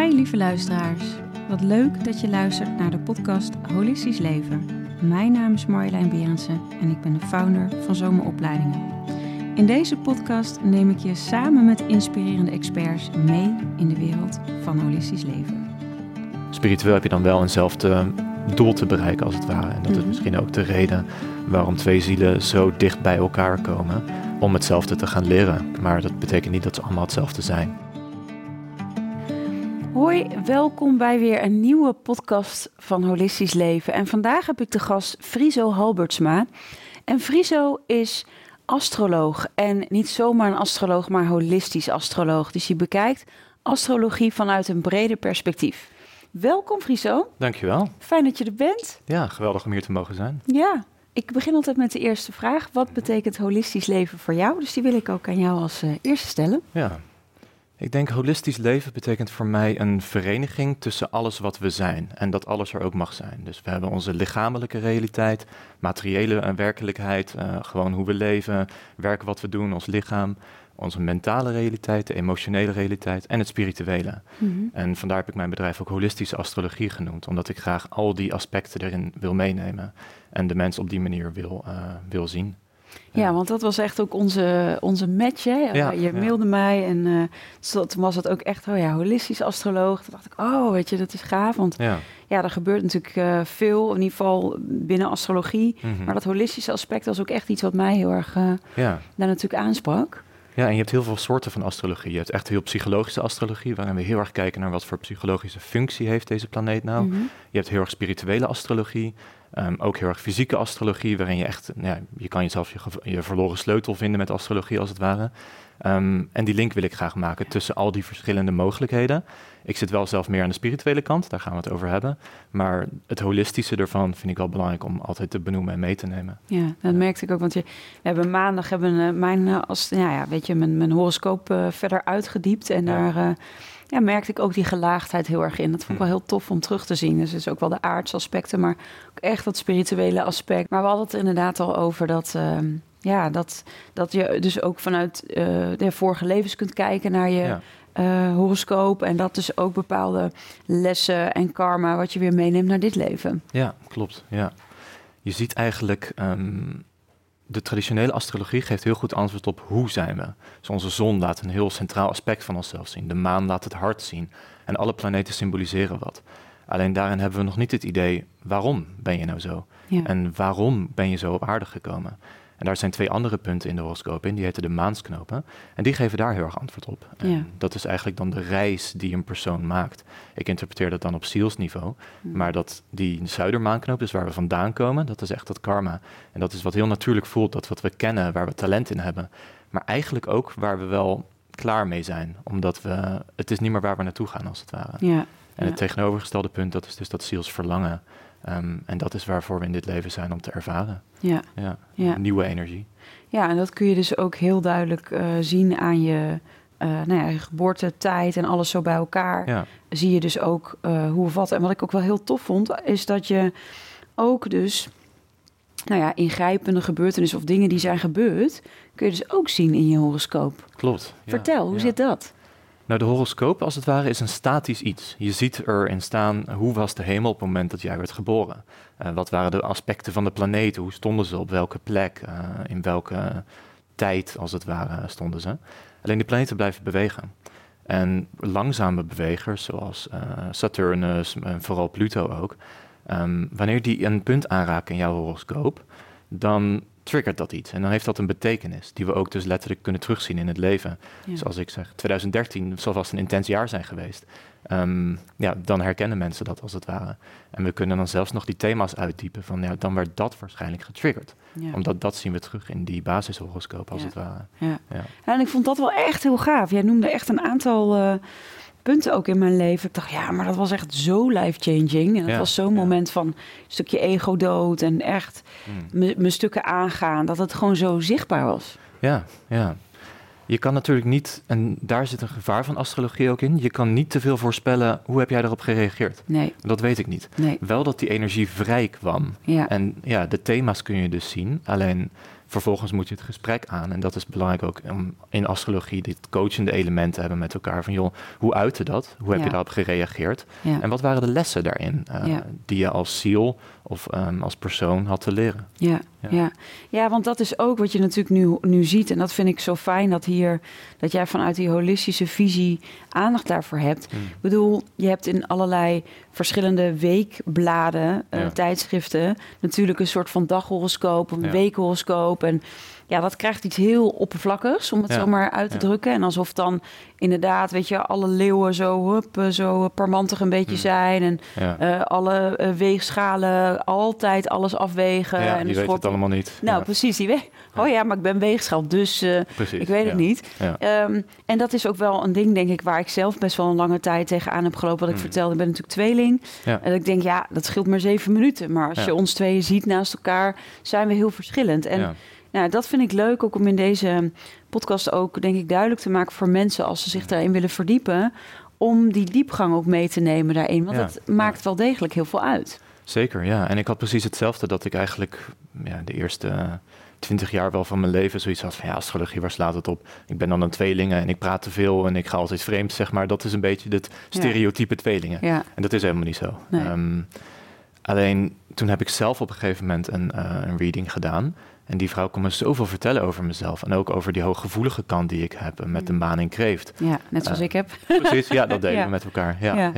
Hi lieve luisteraars, wat leuk dat je luistert naar de podcast Holistisch Leven. Mijn naam is Marjolein Berendsen en ik ben de founder van Zomeropleidingen. In deze podcast neem ik je samen met inspirerende experts mee in de wereld van holistisch leven. Spiritueel heb je dan wel eenzelfde doel te bereiken als het ware. En dat is misschien ook de reden waarom twee zielen zo dicht bij elkaar komen om hetzelfde te gaan leren. Maar dat betekent niet dat ze allemaal hetzelfde zijn. Hoi, welkom bij weer een nieuwe podcast van Holistisch Leven. En vandaag heb ik de gast Friso Halbertsma. En Friso is astroloog. En niet zomaar een astroloog, maar holistisch astroloog. Dus die bekijkt astrologie vanuit een breder perspectief. Welkom Friso. Dankjewel. Fijn dat je er bent. Ja, geweldig om hier te mogen zijn. Ja, ik begin altijd met de eerste vraag. Wat betekent holistisch leven voor jou? Dus die wil ik ook aan jou als eerste stellen. Ja, ik denk holistisch leven betekent voor mij een vereniging tussen alles wat we zijn. En dat alles er ook mag zijn. Dus we hebben onze lichamelijke realiteit, materiële werkelijkheid, gewoon hoe we leven, werk wat we doen, ons lichaam. Onze mentale realiteit, de emotionele realiteit en het spirituele. Mm-hmm. En vandaar heb ik mijn bedrijf ook holistische astrologie genoemd. Omdat ik graag al die aspecten erin wil meenemen. En de mens op die manier wil zien. Ja, want dat was echt ook onze match. Hè? Ja, je mailde mij en toen was het ook echt, holistisch astroloog. Toen dacht ik, weet je, dat is gaaf. Want ja er gebeurt natuurlijk veel, in ieder geval binnen astrologie. Mm-hmm. Maar dat holistische aspect was ook echt iets wat mij heel erg daar natuurlijk aansprak. Ja, en je hebt heel veel soorten van astrologie. Je hebt echt heel psychologische astrologie, waarin we heel erg kijken naar wat voor psychologische functie heeft deze planeet nou. Mm-hmm. Je hebt heel erg spirituele astrologie, ook heel erg fysieke astrologie, waarin je echt, je kan jezelf je verloren sleutel vinden met astrologie als het ware. En die link wil ik graag maken tussen al die verschillende mogelijkheden. Ik zit wel zelf meer aan de spirituele kant, daar gaan we het over hebben. Maar het holistische ervan vind ik wel belangrijk om altijd te benoemen en mee te nemen. Ja, dat merkte ik ook, want we hebben maandag mijn horoscoop verder uitgediept. En daar merkte ik ook die gelaagdheid heel erg in. Dat vond ik wel heel tof om terug te zien. Dus het is ook wel de aardse aspecten, maar ook echt dat spirituele aspect. Maar we hadden het er inderdaad al over dat je dus ook vanuit de vorige levens kunt kijken naar je horoscoop. En dat dus ook bepaalde lessen en karma wat je weer meeneemt naar dit leven. Ja, klopt. Ja. Je ziet eigenlijk, de traditionele astrologie geeft heel goed antwoord op hoe zijn we. Dus onze zon laat een heel centraal aspect van onszelf zien. De maan laat het hart zien. En alle planeten symboliseren wat. Alleen daarin hebben we nog niet het idee, waarom ben je nou zo? Ja. En waarom ben je zo op aarde gekomen? En daar zijn 2 andere punten in de horoscoop in, die heten de maansknopen. En die geven daar heel erg antwoord op. En dat is eigenlijk dan de reis die een persoon maakt. Ik interpreteer dat dan op zielsniveau. Maar dat die zuidermaanknoop, dus waar we vandaan komen, dat is echt dat karma. En dat is wat heel natuurlijk voelt, dat wat we kennen, waar we talent in hebben. Maar eigenlijk ook waar we wel klaar mee zijn. Omdat het is niet meer waar we naartoe gaan, als het ware. Ja. En het tegenovergestelde punt, dat is dus dat zielsverlangen. En dat is waarvoor we in dit leven zijn om te ervaren. Ja. Nieuwe energie. Ja, en dat kun je dus ook heel duidelijk zien aan je geboortetijd en alles zo bij elkaar. Ja. Zie je dus ook hoe of wat. En wat ik ook wel heel tof vond, is dat je ook dus ingrijpende gebeurtenissen of dingen die zijn gebeurd, kun je dus ook zien in je horoscoop. Klopt. Ja. Vertel, hoe zit dat? Nou, de horoscoop, als het ware, is een statisch iets. Je ziet erin staan, hoe was de hemel op het moment dat jij werd geboren? Wat waren de aspecten van de planeten? Hoe stonden ze? Op welke plek? In welke tijd, als het ware, stonden ze? Alleen de planeten blijven bewegen. En langzame bewegers, zoals Saturnus en vooral Pluto ook, wanneer die een punt aanraken in jouw horoscoop, dan triggert dat iets. En dan heeft dat een betekenis die we ook dus letterlijk kunnen terugzien in het leven. Ja. Zoals ik zeg, 2013 zal vast een intens jaar zijn geweest. Dan herkennen mensen dat als het ware. En we kunnen dan zelfs nog die thema's uitdiepen van, dan werd dat waarschijnlijk getriggerd. Ja. Omdat dat zien we terug in die basishoroscoop als het ware. Ja. En ik vond dat wel echt heel gaaf. Jij noemde echt een aantal punten ook in mijn leven. Ik dacht, maar dat was echt zo life-changing. En dat was zo'n moment van een stukje ego dood en echt mijn stukken aangaan. Dat het gewoon zo zichtbaar was. Ja. Je kan natuurlijk niet, en daar zit een gevaar van astrologie ook in, je kan niet te veel voorspellen, hoe heb jij daarop gereageerd? Nee. Dat weet ik niet. Nee. Wel dat die energie vrij kwam. Ja. En de thema's kun je dus zien. Alleen Vervolgens moet je het gesprek aan. En dat is belangrijk ook om in astrologie dit coachende element te hebben met elkaar. Van joh, hoe uitte dat? Hoe heb je daarop gereageerd? Ja. En wat waren de lessen daarin die je als ziel of als persoon had te leren? Ja, want dat is ook wat je natuurlijk nu ziet. En dat vind ik zo fijn dat jij vanuit die holistische visie aandacht daarvoor hebt. Ik bedoel, je hebt in allerlei verschillende weekbladen, tijdschriften, natuurlijk een soort van daghoroscoop, een weekhoroscoop. En ja, dat krijgt iets heel oppervlakkigs, om het zo maar uit te drukken. En alsof dan inderdaad, weet je, alle leeuwen zo parmantig een beetje zijn. En alle weegschalen altijd alles afwegen. Ja, en die weet het allemaal niet. Nou, precies, die weet. Oh ja, maar ik ben weegschaal, dus ik weet het niet. Ja. En dat is ook wel een ding, denk ik, waar ik zelf best wel een lange tijd tegenaan heb gelopen. Wat ik vertelde, ik ben natuurlijk tweeling. Ja. En ik denk, ja, dat scheelt maar 7 minuten. Maar als je ons tweeën ziet naast elkaar, zijn we heel verschillend. En nou, dat vind ik leuk, ook om in deze podcast ook, denk ik, duidelijk te maken voor mensen als ze zich daarin willen verdiepen, om die diepgang ook mee te nemen daarin. Want het maakt wel degelijk heel veel uit. Zeker, ja. En ik had precies hetzelfde, dat ik eigenlijk de eerste 20 jaar wel van mijn leven zoiets had van astrologie, waar slaat het op? Ik ben dan een tweelinge en ik praat te veel en ik ga altijd vreemd, zeg maar. Dat is een beetje het stereotype tweelingen. Ja. En dat is helemaal niet zo. Nee. Alleen toen heb ik zelf op een gegeven moment een reading gedaan. En die vrouw kon me zoveel vertellen over mezelf. En ook over die hooggevoelige kant die ik heb met de maan in Kreeft. Ja, net zoals ik heb. Precies, ja, dat delen we met elkaar.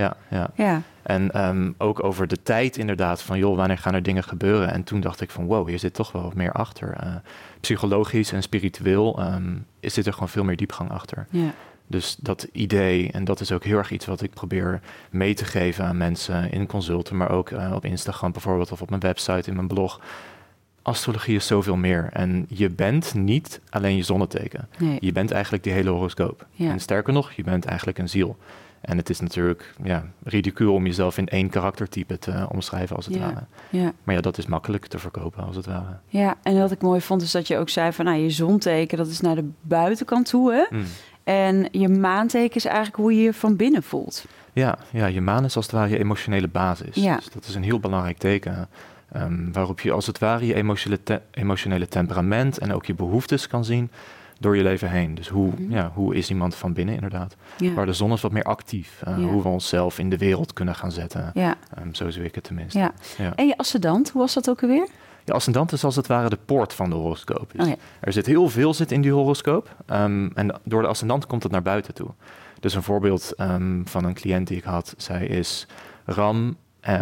Ja. En ook over de tijd inderdaad van, joh, wanneer gaan er dingen gebeuren? En toen dacht ik van, wow, hier zit toch wel wat meer achter. Psychologisch en spiritueel zit er gewoon veel meer diepgang achter. Ja. Dus dat idee, en dat is ook heel erg iets wat ik probeer mee te geven aan mensen in consulten, maar ook op Instagram bijvoorbeeld of op mijn website, in mijn blog. Astrologie is zoveel meer. En je bent niet alleen je zonneteken. Nee. Je bent eigenlijk die hele horoscoop. Ja. En sterker nog, je bent eigenlijk een ziel. En het is natuurlijk ridicuul om jezelf in 1 karaktertype te omschrijven als het ware. Ja. Maar dat is makkelijk te verkopen als het ware. Ja, en wat ik mooi vond is dat je ook zei van, je zonteken, dat is naar de buitenkant toe, hè? En je maanteken is eigenlijk hoe je je van binnen voelt. Ja, je maan is als het ware je emotionele basis. Ja. Dus dat is een heel belangrijk teken. Waarop je als het ware je emotionele temperament en ook je behoeftes kan zien door je leven heen. Dus hoe is iemand van binnen inderdaad? Ja. Waar de zon is wat meer actief. Hoe we onszelf in de wereld kunnen gaan zetten. Ja. Zo zie ik het tenminste. Ja. Ja. En je ascendant, hoe was dat ook alweer? Je ascendant is als het ware de poort van de horoscoop. Dus er zit heel veel in die horoscoop. En door de ascendant komt het naar buiten toe. Dus een voorbeeld van een cliënt die ik had. Zij is Ram,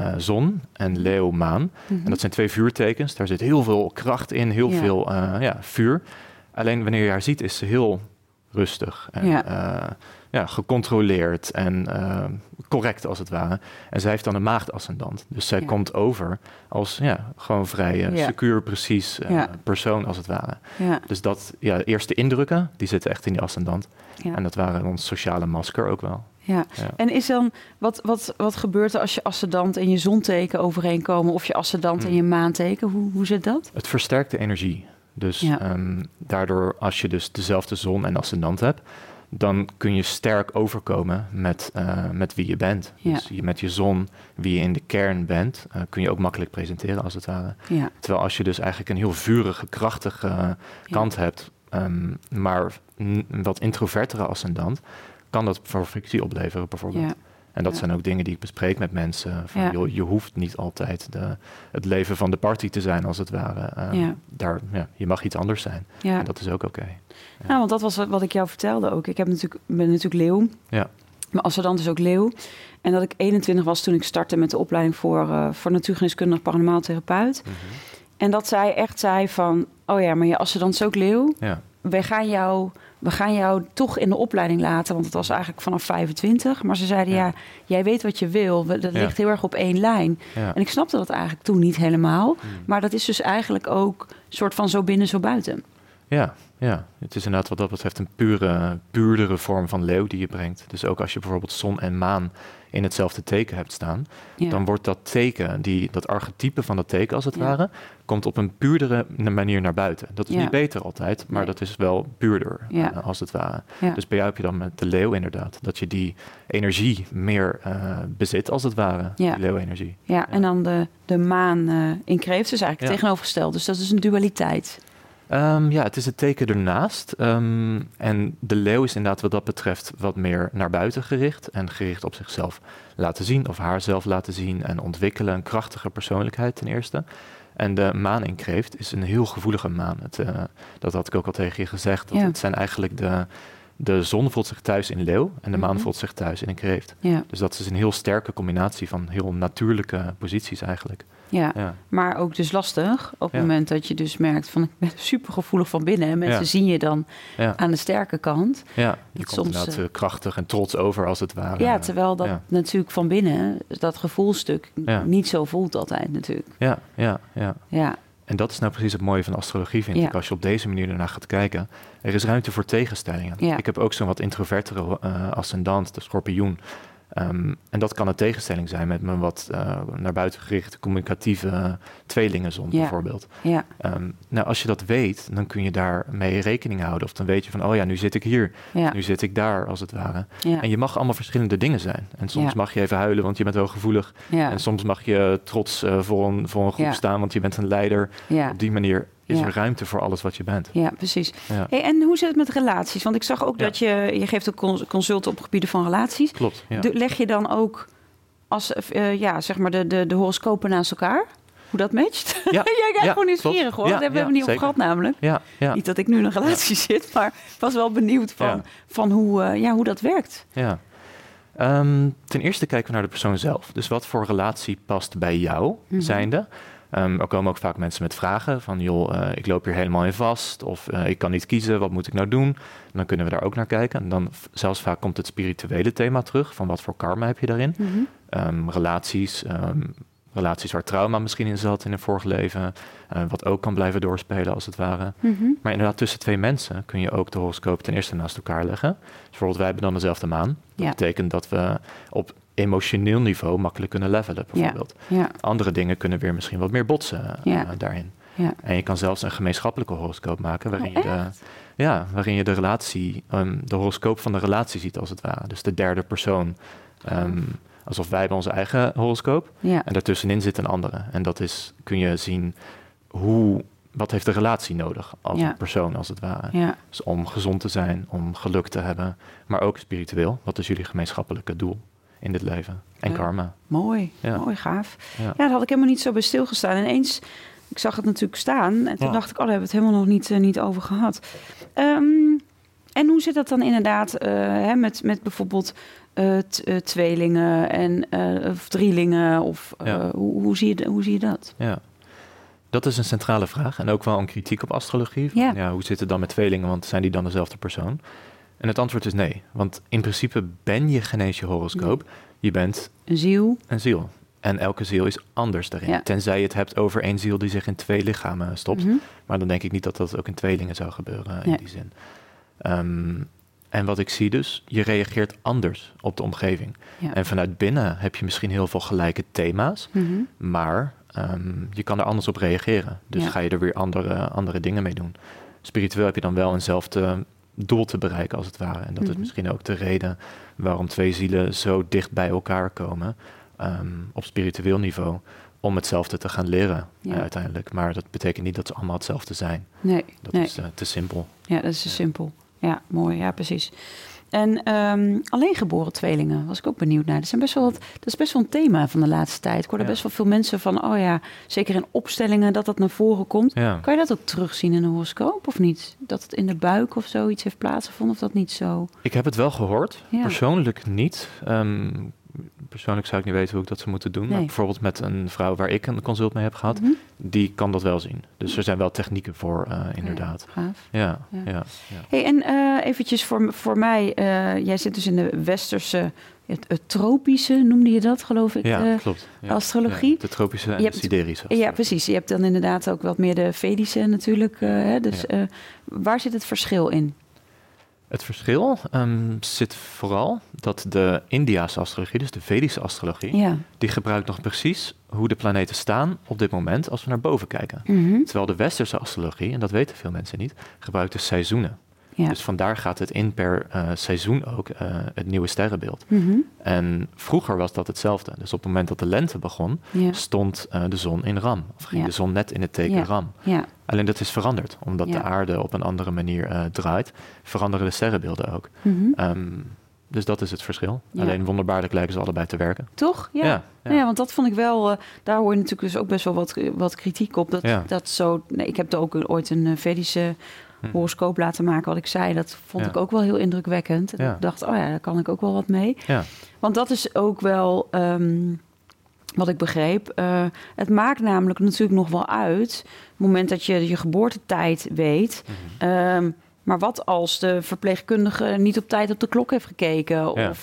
zon en leeuw, maan. En dat zijn 2 vuurtekens. Daar zit heel veel kracht in, heel veel vuur. Alleen wanneer je haar ziet, is ze heel rustig en gecontroleerd en correct als het ware. En zij heeft dan een maagdascendant. Dus zij komt over als gewoon vrij secuur, precies persoon als het ware. Ja. Dus dat, eerste indrukken, die zitten echt in die ascendant. Ja. En dat waren ons sociale masker ook wel. Ja. En is dan, wat gebeurt er als je ascendant en je zonteken overeenkomen, of je ascendant en je maanteken? Hoe zit dat? Het versterkt de energie. Dus daardoor, als je dus dezelfde zon en ascendant hebt, dan kun je sterk overkomen met wie je bent. Ja. Dus met je zon, wie je in de kern bent, kun je ook makkelijk presenteren als het ware. Ja. Terwijl als je dus eigenlijk een heel vurige, krachtige kant hebt, maar een wat introvertere ascendant, kan dat voor frictie opleveren bijvoorbeeld. Ja. En dat zijn ook dingen die ik bespreek met mensen. Van, joh, je hoeft niet altijd het leven van de party te zijn, als het ware. Je mag iets anders zijn. Ja. En dat is ook oké. Ja. Nou, want dat was wat ik jou vertelde ook. Ik ben natuurlijk leeuw. Ja. Mijn ascendant is ook leeuw. En dat ik 21 was toen ik startte met de opleiding voor natuurgeneeskundig paranormaal therapeut. Mm-hmm. En dat zij echt zei van, oh ja, maar je ascendant is ook leeuw. Ja. We gaan jou toch in de opleiding laten, want het was eigenlijk vanaf 25. Maar ze zeiden, jij weet wat je wil. Dat ligt heel erg op 1 lijn. Ja. En ik snapte dat eigenlijk toen niet helemaal. Maar dat is dus eigenlijk ook een soort van zo binnen, zo buiten. Ja, het is inderdaad wat dat betreft een puurdere vorm van leeuw die je brengt. Dus ook als je bijvoorbeeld zon en maan in hetzelfde teken hebt staan, dan wordt dat teken, dat archetype van dat teken als het ware, komt op een puurdere manier naar buiten. Dat is niet beter altijd, maar dat is wel puurder als het ware. Ja. Dus bij jou heb je dan met de leeuw inderdaad, dat je die energie meer bezit als het ware, die leeuwenergie. Ja, en dan de maan in Kreeft is eigenlijk tegenovergesteld. Dus dat is een dualiteit. Het is het teken ernaast. En de leeuw is inderdaad wat dat betreft wat meer naar buiten gericht. En gericht op zichzelf laten zien of haarzelf laten zien en ontwikkelen. Een krachtige persoonlijkheid ten eerste. En de maan in Kreeft is een heel gevoelige maan. Dat had ik ook al tegen je gezegd. Het zijn eigenlijk de zon voelt zich thuis in leeuw en de maan voelt zich thuis in een kreeft. Ja. Dus dat is een heel sterke combinatie van heel natuurlijke posities eigenlijk. Ja, maar ook dus lastig op het moment dat je dus merkt van ik ben super gevoelig van binnen. En mensen zien je dan aan de sterke kant. Ja, je komt soms, inderdaad krachtig en trots over als het ware. Ja, terwijl dat natuurlijk van binnen, dat gevoelstuk, niet zo voelt altijd natuurlijk. Ja. En dat is nou precies het mooie van astrologie, vind ik. Als je op deze manier ernaar gaat kijken. Er is ruimte voor tegenstellingen. Ja. Ik heb ook zo'n wat introvertere ascendant, de schorpioen. En dat kan een tegenstelling zijn met mijn wat naar buiten gerichte communicatieve tweelingenzon bijvoorbeeld. Ja. Nou, als je dat weet, dan kun je daarmee rekening houden. Of dan weet je van, nu zit ik hier, nu zit ik daar, als het ware. Ja. En je mag allemaal verschillende dingen zijn. En soms mag je even huilen, want je bent hooggevoelig. Ja. En soms mag je trots voor een groep staan, want je bent een leider. Ja. Op die manier is er ruimte voor alles wat je bent. Ja, precies. Ja. Hey, en hoe zit het met relaties? Want ik zag ook dat je geeft ook consulten op gebieden van relaties. Klopt, ja. Leg je dan ook als zeg maar de horoscopen naast elkaar? Hoe dat matcht? Ja. Jij kijkt gewoon nieuwsgierig hoor. Dat hebben we niet over gehad namelijk. Ja. Niet dat ik nu in een relatie zit, maar ik was wel benieuwd van hoe dat werkt. Ja. Ten eerste kijken we naar de persoon zelf. Dus wat voor relatie past bij jou, zijnde? Er komen ook vaak mensen met vragen van, ik loop hier helemaal in vast of ik kan niet kiezen, wat moet ik nou doen? En dan kunnen we daar ook naar kijken. En dan zelfs vaak komt het spirituele thema terug, van wat voor karma heb je daarin? Relaties waar trauma misschien in zat in een vorig leven, wat ook kan blijven doorspelen als het ware. Maar inderdaad, tussen twee mensen kun je ook de horoscoop ten eerste naast elkaar leggen. Dus bijvoorbeeld, wij hebben dan dezelfde maan. Dat betekent dat we op emotioneel niveau makkelijk kunnen levelen, bijvoorbeeld. Ja. Andere dingen kunnen weer misschien wat meer botsen daarin. Ja. En je kan zelfs een gemeenschappelijke horoscoop maken, waarin je de relatie, de horoscoop van de relatie ziet, als het ware. Dus de derde persoon. Alsof wij hebben onze eigen horoscoop. Ja. En daartussenin zit een andere. En dat kun je zien wat heeft de relatie nodig als een persoon, als het ware. Ja. Dus om gezond te zijn, om geluk te hebben, maar ook spiritueel. Wat is jullie gemeenschappelijke doel in dit leven? En karma. Mooi, mooi, gaaf. Ja, daar had ik helemaal niet zo bij stilgestaan. En eens, ik zag het natuurlijk staan. En toen dacht ik, daar hebben we het helemaal nog niet over gehad. En hoe zit dat dan inderdaad met bijvoorbeeld tweelingen of drielingen? Of hoe zie je dat? Ja. Dat is een centrale vraag en ook wel een kritiek op astrologie. Hoe zit het dan met tweelingen, want zijn die dan dezelfde persoon? En het antwoord is nee, want in principe ben je geen eens je horoscoop. Nee. Je bent een ziel. En elke ziel is anders daarin. Ja. Tenzij je het hebt over één ziel die zich in twee lichamen stopt. Maar dan denk ik niet dat dat ook in tweelingen zou gebeuren in die zin. En wat ik zie dus, je reageert anders op de omgeving. Ja. En vanuit binnen heb je misschien heel veel gelijke thema's, maar je kan er anders op reageren. Dus ga je er weer andere dingen mee doen. Spiritueel heb je dan wel eenzelfde doel te bereiken, als het ware. En dat is misschien ook de reden waarom twee zielen zo dicht bij elkaar komen, op spiritueel niveau, om hetzelfde te gaan leren uiteindelijk. Maar dat betekent niet dat ze allemaal hetzelfde zijn. Nee. Dat is te simpel. Ja, dat is te simpel. Ja, mooi. Ja, precies. En alleen geboren tweelingen was ik ook benieuwd naar. Dat is best wel een thema van de laatste tijd. Ik hoor er best wel veel mensen van, zeker in opstellingen dat naar voren komt. Ja. Kan je dat ook terugzien in een horoscoop of niet? Dat het in de buik of zoiets heeft plaatsgevonden of dat niet zo? Ik heb het wel gehoord. Ja. Persoonlijk niet. Persoonlijk zou ik niet weten hoe ik dat zou moeten doen. Nee. Maar bijvoorbeeld met een vrouw waar ik een consult mee heb gehad, die kan dat wel zien. Dus er zijn wel technieken voor, inderdaad. Gaaf. Ja. Hey, en eventjes voor mij, jij zit dus in de westerse, het tropische, noemde je dat, geloof ik? Ja, klopt. Ja. Astrologie. Ja, de tropische en de siderische. Ja, precies. Je hebt dan inderdaad ook wat meer de Vedische natuurlijk. Waar zit het verschil in? Het verschil zit vooral dat de Indiase astrologie, dus de Vedische astrologie, die gebruikt nog precies hoe de planeten staan op dit moment als we naar boven kijken. Terwijl de Westerse astrologie, en dat weten veel mensen niet, gebruikt de seizoenen. Ja. Dus vandaar gaat het in per seizoen ook het nieuwe sterrenbeeld. Mm-hmm. En vroeger was dat hetzelfde. Dus op het moment dat de lente begon, stond de zon in Ram. Of ging de zon net in het teken Ram. Ja. Alleen dat is veranderd. Omdat de aarde op een andere manier draait, veranderen de sterrenbeelden ook. Mm-hmm. Dus dat is het verschil. Ja. Alleen wonderbaarlijk lijken ze allebei te werken. Toch? Ja. Ja, want dat vond ik wel... daar hoor je natuurlijk dus ook best wel wat kritiek op. Dat zo... Nee, ik heb er ook ooit een Vedische horoscoop laten maken, wat ik zei. Dat vond ik ook wel heel indrukwekkend. En ik dacht, daar kan ik ook wel wat mee. Ja. Want dat is ook wel... wat ik begreep. Het maakt namelijk natuurlijk nog wel uit... het moment dat je geboortetijd weet... maar wat als de verpleegkundige niet op tijd op de klok heeft gekeken? Of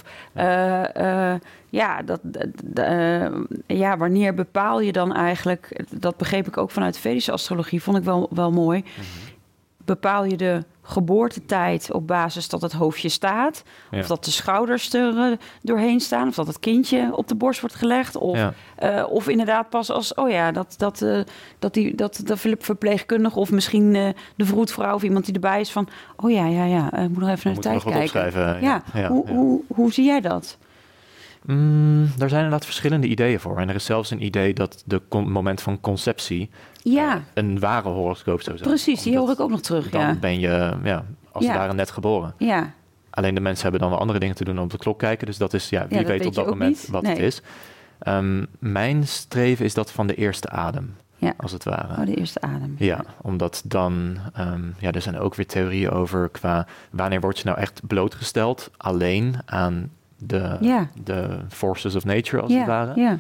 wanneer bepaal je dan eigenlijk... Dat begreep ik ook vanuit de Vedische astrologie, vond ik wel mooi. Bepaal je de geboortetijd op basis dat het hoofdje staat... of dat de schouders er doorheen staan... of dat het kindje op de borst wordt gelegd... of inderdaad pas als... dat de verpleegkundige... of misschien de vroedvrouw of iemand die erbij is van... ik moet nog even naar de tijd kijken. Hoe zie jij dat? Er zijn inderdaad verschillende ideeën voor. En er is zelfs een idee dat de moment van conceptie... een ware horoscoop zou zijn. Precies, die hoor ik ook nog terug. Dan ben je als het ware net geboren. Ja. Alleen de mensen hebben dan wel andere dingen te doen dan op de klok kijken. Dus dat is, wie weet op dat moment niet. Wat het is. Mijn streven is dat van de eerste adem. Ja. Als het ware. De eerste adem. Ja, omdat dan... er zijn ook weer theorieën over qua... wanneer word je nou echt blootgesteld alleen aan de forces of nature, als het ware.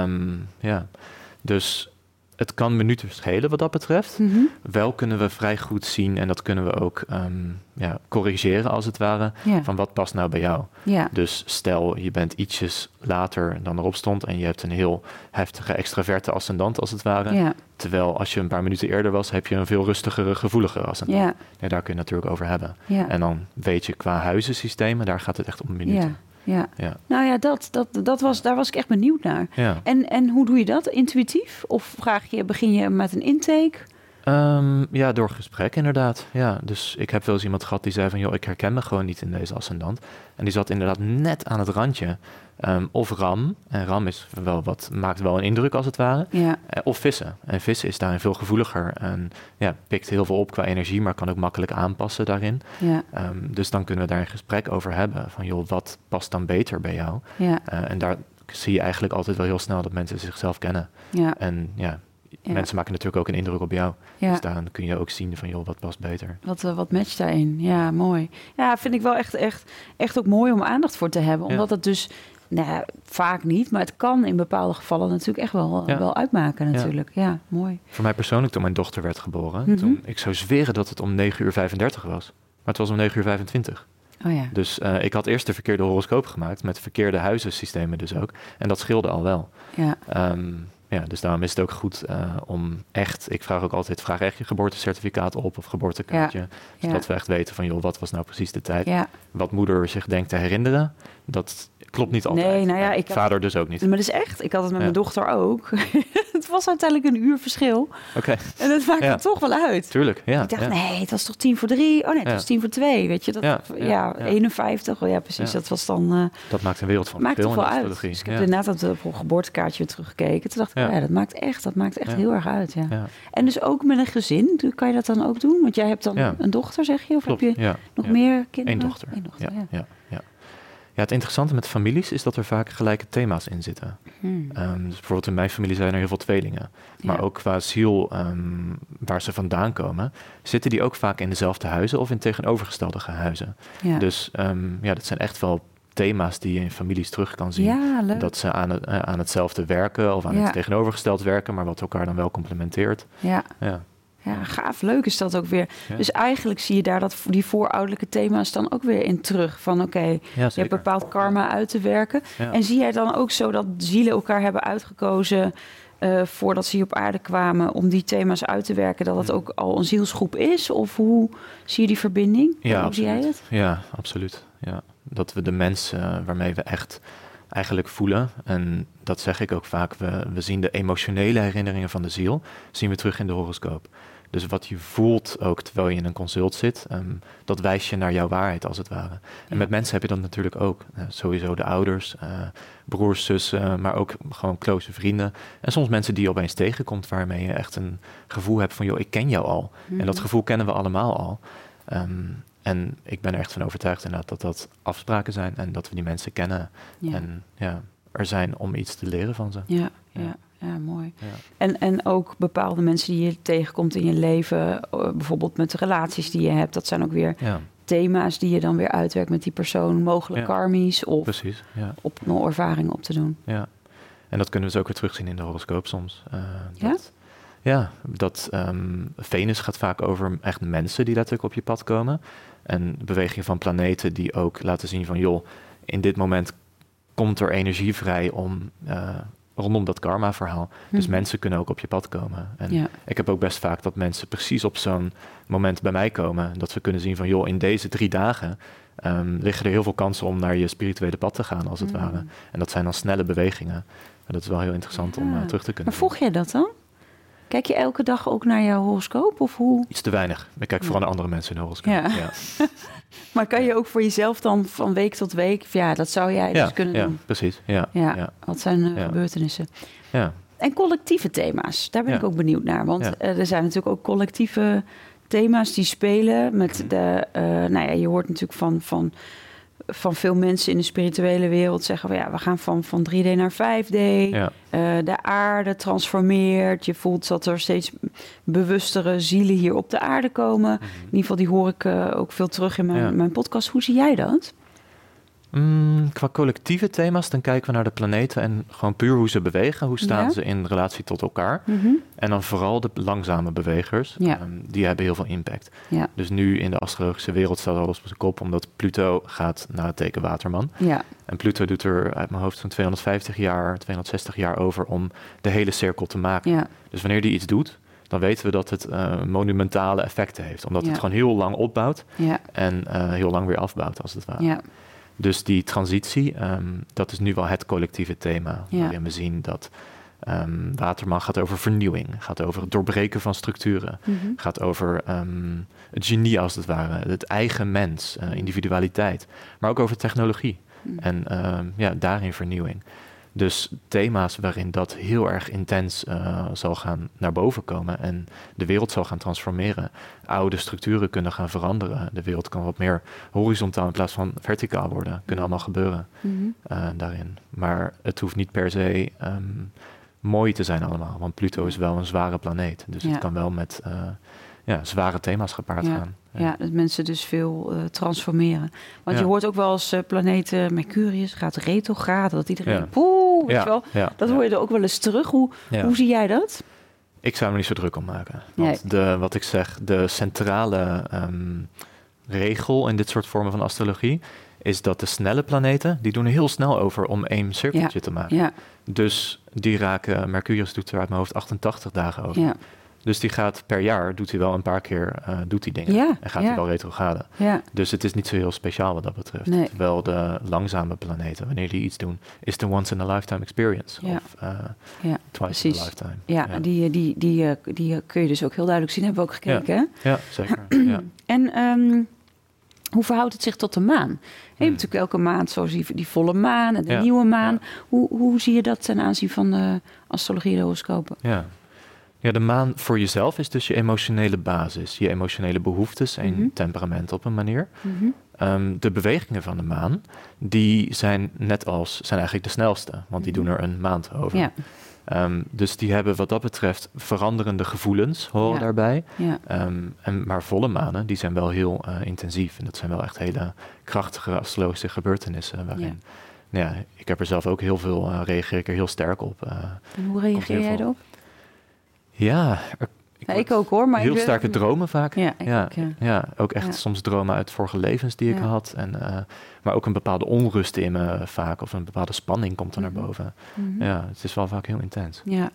Dus het kan minuten schelen wat dat betreft. Mm-hmm. Wel kunnen we vrij goed zien... en dat kunnen we ook corrigeren, als het ware... van wat past nou bij jou. Ja. Dus stel, je bent ietsjes later dan erop stond... en je hebt een heel heftige extraverte ascendant, als het ware. Ja. Terwijl als je een paar minuten eerder was... heb je een veel rustigere, gevoeligere ascendant. Ja. Ja, daar kun je het natuurlijk over hebben. Ja. En dan weet je, qua huizensystemen... daar gaat het echt om minuten. Ja. Nou ja, daar was ik echt benieuwd naar. Ja. En hoe doe je dat? Intuïtief? Of begin je met een intake? Door gesprek inderdaad. Ja, dus ik heb wel eens iemand gehad die zei van... ik herken me gewoon niet in deze ascendant. En die zat inderdaad net aan het randje. Of Ram. En Ram maakt wel een indruk, als het ware. Ja. Of vissen. En vissen is daarin veel gevoeliger. En pikt heel veel op qua energie... maar kan ook makkelijk aanpassen daarin. Ja. Dus dan kunnen we daar een gesprek over hebben. Van wat past dan beter bij jou? Ja. En daar zie je eigenlijk altijd wel heel snel... dat mensen zichzelf kennen. Ja. En mensen maken natuurlijk ook een indruk op jou. Ja. Dus dan kun je ook zien van, wat past beter. Wat matcht daarin? Ja, mooi. Ja, vind ik wel echt ook mooi om aandacht voor te hebben. Omdat het dus, vaak niet... maar het kan in bepaalde gevallen natuurlijk echt wel uitmaken natuurlijk. Ja, mooi. Voor mij persoonlijk, toen mijn dochter werd geboren... toen, ik zou zweren dat het om 9:35 was. Maar het was om 9:25. Oh ja. Dus ik had eerst de verkeerde horoscoop gemaakt... met verkeerde huizensystemen dus ook. En dat scheelde al wel. Ja. Dus daarom is het ook goed om echt... Ik vraag ook altijd, echt je geboortecertificaat op of geboortekaartje. Zodat we echt weten van, wat was nou precies de tijd? Ja. Wat moeder zich denkt te herinneren, dat klopt niet altijd. Nee, vader dus ook niet. Maar dat is echt. Ik had het met mijn dochter ook. Het was uiteindelijk 1 uur verschil. Okay. En dat maakt het toch wel uit. Tuurlijk, ja. Ik dacht, nee, het was toch 2:50? Oh nee, het was 2:50. Weet je, dat 51. Oh ja, precies. Dat was dan... dat maakt een wereld van verschil. Maakt toch wel uit. Dus ik heb inderdaad op het geboortekaartje weer teruggekeken. Toen dacht ik, dat maakt echt heel erg uit. Ja. Ja. En dus ook met een gezin, kan je dat dan ook doen? Want jij hebt dan een dochter, zeg je? Of klopt, heb je nog meer kinderen? Eén dochter. Ja, het interessante met families is dat er vaak gelijke thema's in zitten. Dus bijvoorbeeld in mijn familie zijn er heel veel tweelingen. Maar ook qua ziel, waar ze vandaan komen... zitten die ook vaak in dezelfde huizen of in tegenovergestelde huizen. Ja. Dus dat zijn echt wel thema's die je in families terug kan zien. Ja, leuk. Dat ze aan hetzelfde werken of aan het tegenovergesteld werken... maar wat elkaar dan wel complementeert. Ja. Ja, gaaf. Leuk is dat ook weer. Ja. Dus eigenlijk zie je daar die voorouderlijke thema's dan ook weer in terug. Van je hebt bepaald karma uit te werken. Ja. En zie jij dan ook zo dat zielen elkaar hebben uitgekozen... voordat ze hier op aarde kwamen om die thema's uit te werken... dat het ook al een zielsgroep is? Of hoe zie je die verbinding? Ja, hoe zie jij het? Ja, absoluut. Ja. Dat we de mensen waarmee we echt eigenlijk voelen. En dat zeg ik ook vaak. We zien de emotionele herinneringen van de ziel, zien we terug in de horoscoop. Dus wat je voelt ook terwijl je in een consult zit, dat wijst je naar jouw waarheid als het ware. En met mensen heb je dat natuurlijk ook. Sowieso de ouders, broers, zussen, maar ook gewoon close vrienden. En soms mensen die je opeens tegenkomt waarmee je echt een gevoel hebt van, joh, ik ken jou al. En dat gevoel kennen we allemaal al. En ik ben er echt van overtuigd inderdaad dat afspraken zijn en dat we die mensen kennen. Ja. En er zijn om iets te leren van ze. Ja, mooi. Ja. En ook bepaalde mensen die je tegenkomt in je leven, bijvoorbeeld met de relaties die je hebt, dat zijn ook weer thema's die je dan weer uitwerkt met die persoon, mogelijk karmisch of precies, op een ervaring op te doen. Ja, en dat kunnen we dus ook weer terugzien in de horoscoop soms. Dat Venus gaat vaak over echt mensen die letterlijk op je pad komen. En bewegingen van planeten die ook laten zien van, joh, in dit moment komt er energie vrij om rondom dat karma-verhaal. Dus mensen kunnen ook op je pad komen. En ik heb ook best vaak dat mensen precies op zo'n moment bij mij komen, dat we kunnen zien van, joh, in deze 3 dagen liggen er heel veel kansen om naar je spirituele pad te gaan, als het ware. En dat zijn dan snelle bewegingen. En dat is wel heel interessant om terug te kunnen Maar volg jij dat dan? Kijk je elke dag ook naar jouw horoscoop? Of hoe? Iets te weinig. Ik kijk vooral naar andere mensen in horoscoop. Ja. Maar kan je ook voor jezelf dan van week tot week, dat zou jij dus kunnen doen? Ja, precies. Wat zijn gebeurtenissen? Ja. En collectieve thema's, daar ben ik ook benieuwd naar. Want er zijn natuurlijk ook collectieve thema's die spelen. Met je hoort natuurlijk van veel mensen in de spirituele wereld zeggen we gaan van 3D naar 5D. Ja. De aarde transformeert. Je voelt dat er steeds bewustere zielen hier op de aarde komen. In ieder geval, die hoor ik ook veel terug in mijn podcast. Hoe zie jij dat? Qua collectieve thema's, dan kijken we naar de planeten en gewoon puur hoe ze bewegen. Hoe staan ze in relatie tot elkaar? En dan vooral de langzame bewegers. Die hebben heel veel impact. Ja. Dus nu in de astrologische wereld staat alles op zijn kop, omdat Pluto gaat naar het teken Waterman. Ja. En Pluto doet er uit mijn hoofd zo'n 260 jaar over om de hele cirkel te maken. Ja. Dus wanneer die iets doet, dan weten we dat het monumentale effecten heeft. Omdat het gewoon heel lang opbouwt en heel lang weer afbouwt, als het ware. Ja. Dus die transitie, dat is nu wel het collectieve thema. Waarin we zien dat Waterman gaat over vernieuwing. Gaat over het doorbreken van structuren. Gaat over het genie als het ware. Het eigen mens, individualiteit. Maar ook over technologie. En daarin vernieuwing. Dus thema's waarin dat heel erg intens zal gaan naar boven komen en de wereld zal gaan transformeren. Oude structuren kunnen gaan veranderen. De wereld kan wat meer horizontaal in plaats van verticaal worden. Kunnen allemaal gebeuren daarin. Maar het hoeft niet per se mooi te zijn allemaal. Want Pluto is wel een zware planeet. Dus het kan wel met zware thema's gepaard gaan. Ja, dat mensen dus veel transformeren. Want je hoort ook wel eens planeten Mercurius gaat retrograde. Dat iedereen, weet je wel. Dat hoor je er ook wel eens terug. Hoe zie jij dat? Ik zou me niet zo druk om maken. Want wat ik zeg, de centrale regel in dit soort vormen van astrologie is dat de snelle planeten, die doen er heel snel over om één cirkeltje te maken. Ja. Dus die raken, Mercurius doet er uit mijn hoofd 88 dagen over. Ja. Dus die gaat per jaar, doet hij wel een paar keer doet die dingen. En gaat hij wel retrograde. Ja. Dus het is niet zo heel speciaal wat dat betreft. Nee. Terwijl de langzame planeten, wanneer die iets doen, is de once in a lifetime experience. Ja. Of twice in a lifetime. Ja, die kun je dus ook heel duidelijk zien. Hebben we ook gekeken, hè? Ja, zeker. En hoe verhoudt het zich tot de maan? Je hebt natuurlijk elke maand zoals die volle maan en de nieuwe maan. Ja. Hoe zie je dat ten aanzien van de astrologie en de horoscopen? Ja, de maan voor jezelf is dus je emotionele basis. Je emotionele behoeftes en temperament op een manier. De bewegingen van de maan, die zijn eigenlijk de snelste. Want die doen er een maand over. Ja. Dus die hebben wat dat betreft veranderende gevoelens, horen daarbij. Ja. Maar volle manen, die zijn wel heel intensief. En dat zijn wel echt hele krachtige astrologische gebeurtenissen. Waarin, ik heb er zelf ook heel veel, reageer ik er heel sterk op. En hoe reageer jij erop? Ja, ik ook hoor. Maar heel sterke dromen vaak. Ook echt Ja. Soms dromen uit vorige levens die ik had. Maar ook een bepaalde onrust in me vaak. Of een bepaalde spanning komt er naar boven. Ja, het is wel vaak heel intens. Ja.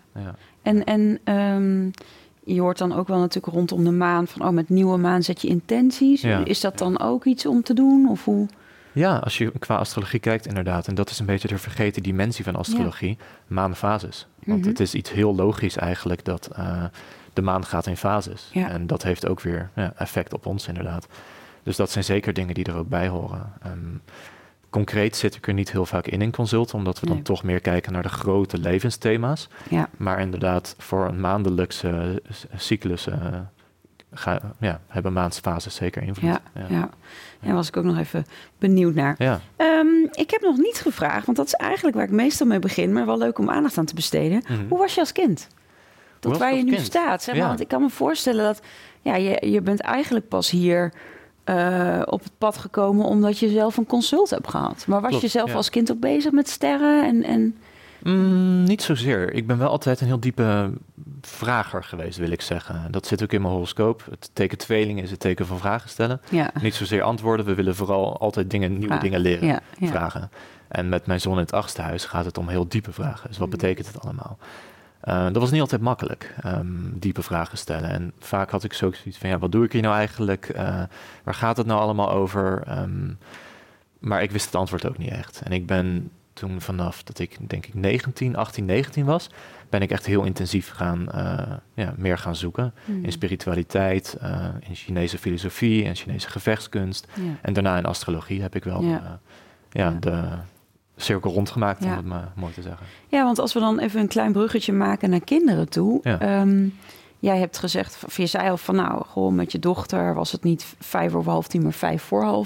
En je hoort dan ook wel natuurlijk rondom de maan van met nieuwe maan zet je intenties. Ja. Is dat dan ook iets om te doen? Of hoe? Ja, als je qua astrologie kijkt inderdaad. En dat is een beetje de vergeten dimensie van astrologie. Maanfases. Want het is iets heel logisch eigenlijk dat de maan gaat in fases. Ja. En dat heeft ook weer effect op ons inderdaad. Dus dat zijn zeker dingen die er ook bij horen. Concreet zit ik er niet heel vaak in consult, omdat we dan toch meer kijken naar de grote levensthema's. Ja. Maar inderdaad, voor een maandelijkse cyclus hebben maansfases zeker invloed. Daar was ik ook nog even benieuwd naar. Ja. Ik heb nog niet gevraagd, want dat is eigenlijk waar ik meestal mee begin, maar wel leuk om aandacht aan te besteden. Mm-hmm. Hoe was je als kind? Tot waar je nu staat. Zeg maar, want ik kan me voorstellen dat je bent eigenlijk pas hier op het pad gekomen omdat je zelf een consult hebt gehad. Maar was je zelf als kind ook bezig met sterren? Niet zozeer. Ik ben wel altijd een heel diepe vrager geweest, wil ik zeggen. Dat zit ook in mijn horoscoop. Het teken tweeling is het teken van vragen stellen. Ja. Niet zozeer antwoorden. We willen vooral altijd nieuwe dingen leren, vragen. En met mijn zoon in het 8e huis gaat het om heel diepe vragen. Dus wat betekent het allemaal? Dat was niet altijd makkelijk, diepe vragen stellen. En vaak had ik zoiets van, wat doe ik hier nou eigenlijk? Waar gaat het nou allemaal over? Maar ik wist het antwoord ook niet echt. En ik ben toen vanaf dat ik denk ik 18, 19 was, ben ik echt heel intensief meer gaan zoeken. In spiritualiteit, in Chinese filosofie en Chinese gevechtskunst. Ja. En daarna in astrologie heb ik wel de cirkel rondgemaakt, om het maar mooi te zeggen. Ja, want als we dan even een klein bruggetje maken naar kinderen toe. Ja. Jij hebt gezegd, of je zei al van met je dochter was het niet 5:10, maar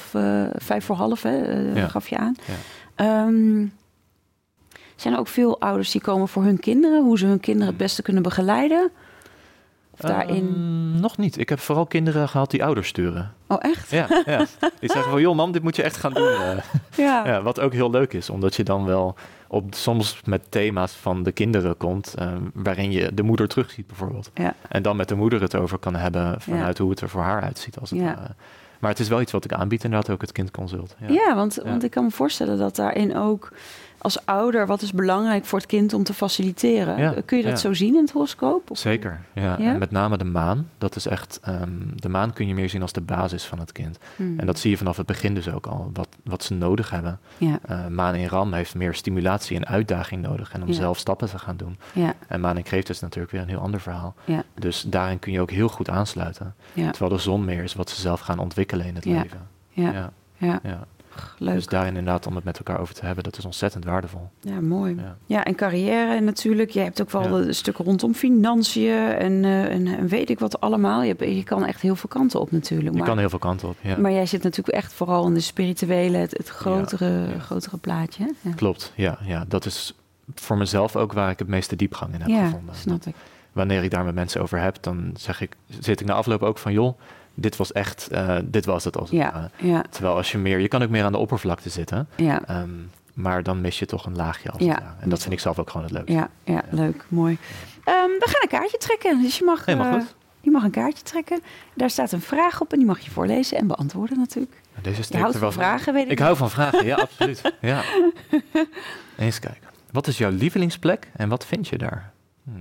5:45, gaf je aan. Ja. Zijn er ook veel ouders die komen voor hun kinderen, hoe ze hun kinderen het beste kunnen begeleiden? Of daarin? Nog niet. Ik heb vooral kinderen gehad die ouders sturen. Oh, echt? Ja. Die zeggen van, joh mam, dit moet je echt gaan doen. Wat ook heel leuk is, omdat je dan wel soms met thema's van de kinderen komt, waarin je de moeder terugziet bijvoorbeeld. Ja. En dan met de moeder het over kan hebben vanuit hoe het er voor haar uitziet als het ware. Maar het is wel iets wat ik aanbied, inderdaad ook het kindconsult. Want ik kan me voorstellen dat daarin ook als ouder, wat is belangrijk voor het kind om te faciliteren? Ja, kun je dat zo zien in het horoscoop? Zeker, ja. En met name de maan. Dat is echt, de maan kun je meer zien als de basis van het kind. En dat zie je vanaf het begin dus ook al, wat ze nodig hebben. Ja. Maan in Ram heeft meer stimulatie en uitdaging nodig en om zelf stappen te gaan doen. Ja. En maan in Kreeft is natuurlijk weer een heel ander verhaal. Ja. Dus daarin kun je ook heel goed aansluiten. Ja. Terwijl de zon meer is wat ze zelf gaan ontwikkelen in het leven. Ja. Leuk. Dus daarin inderdaad om het met elkaar over te hebben, dat is ontzettend waardevol. Ja, mooi. Ja, en carrière natuurlijk. Je hebt ook wel de stukken rondom financiën en weet ik wat allemaal. Je kan echt heel veel kanten op natuurlijk. Je kan heel veel kanten op, Maar jij zit natuurlijk echt vooral in de spirituele, het grotere plaatje. Ja. Klopt, ja. Dat is voor mezelf ook waar ik het meeste diepgang in heb gevonden. Ja, snap ik. Wanneer ik daar met mensen over heb, dan zit ik na afloop ook van, joh, dit was echt, dit was het als het ware. Ja. Terwijl als je kan ook meer aan de oppervlakte zitten. Ja. Maar dan mis je toch een laagje als het ware. En dat vind ik zelf ook gewoon het leukste. Ja, leuk, mooi. We gaan een kaartje trekken. Dus je mag een kaartje trekken. Daar staat een vraag op en die mag je voorlezen en beantwoorden natuurlijk. Deze je houdt van vragen, weet ik. Ik hou van vragen, ja, absoluut. Ja. Eens kijken. Wat is jouw lievelingsplek en wat vind je daar?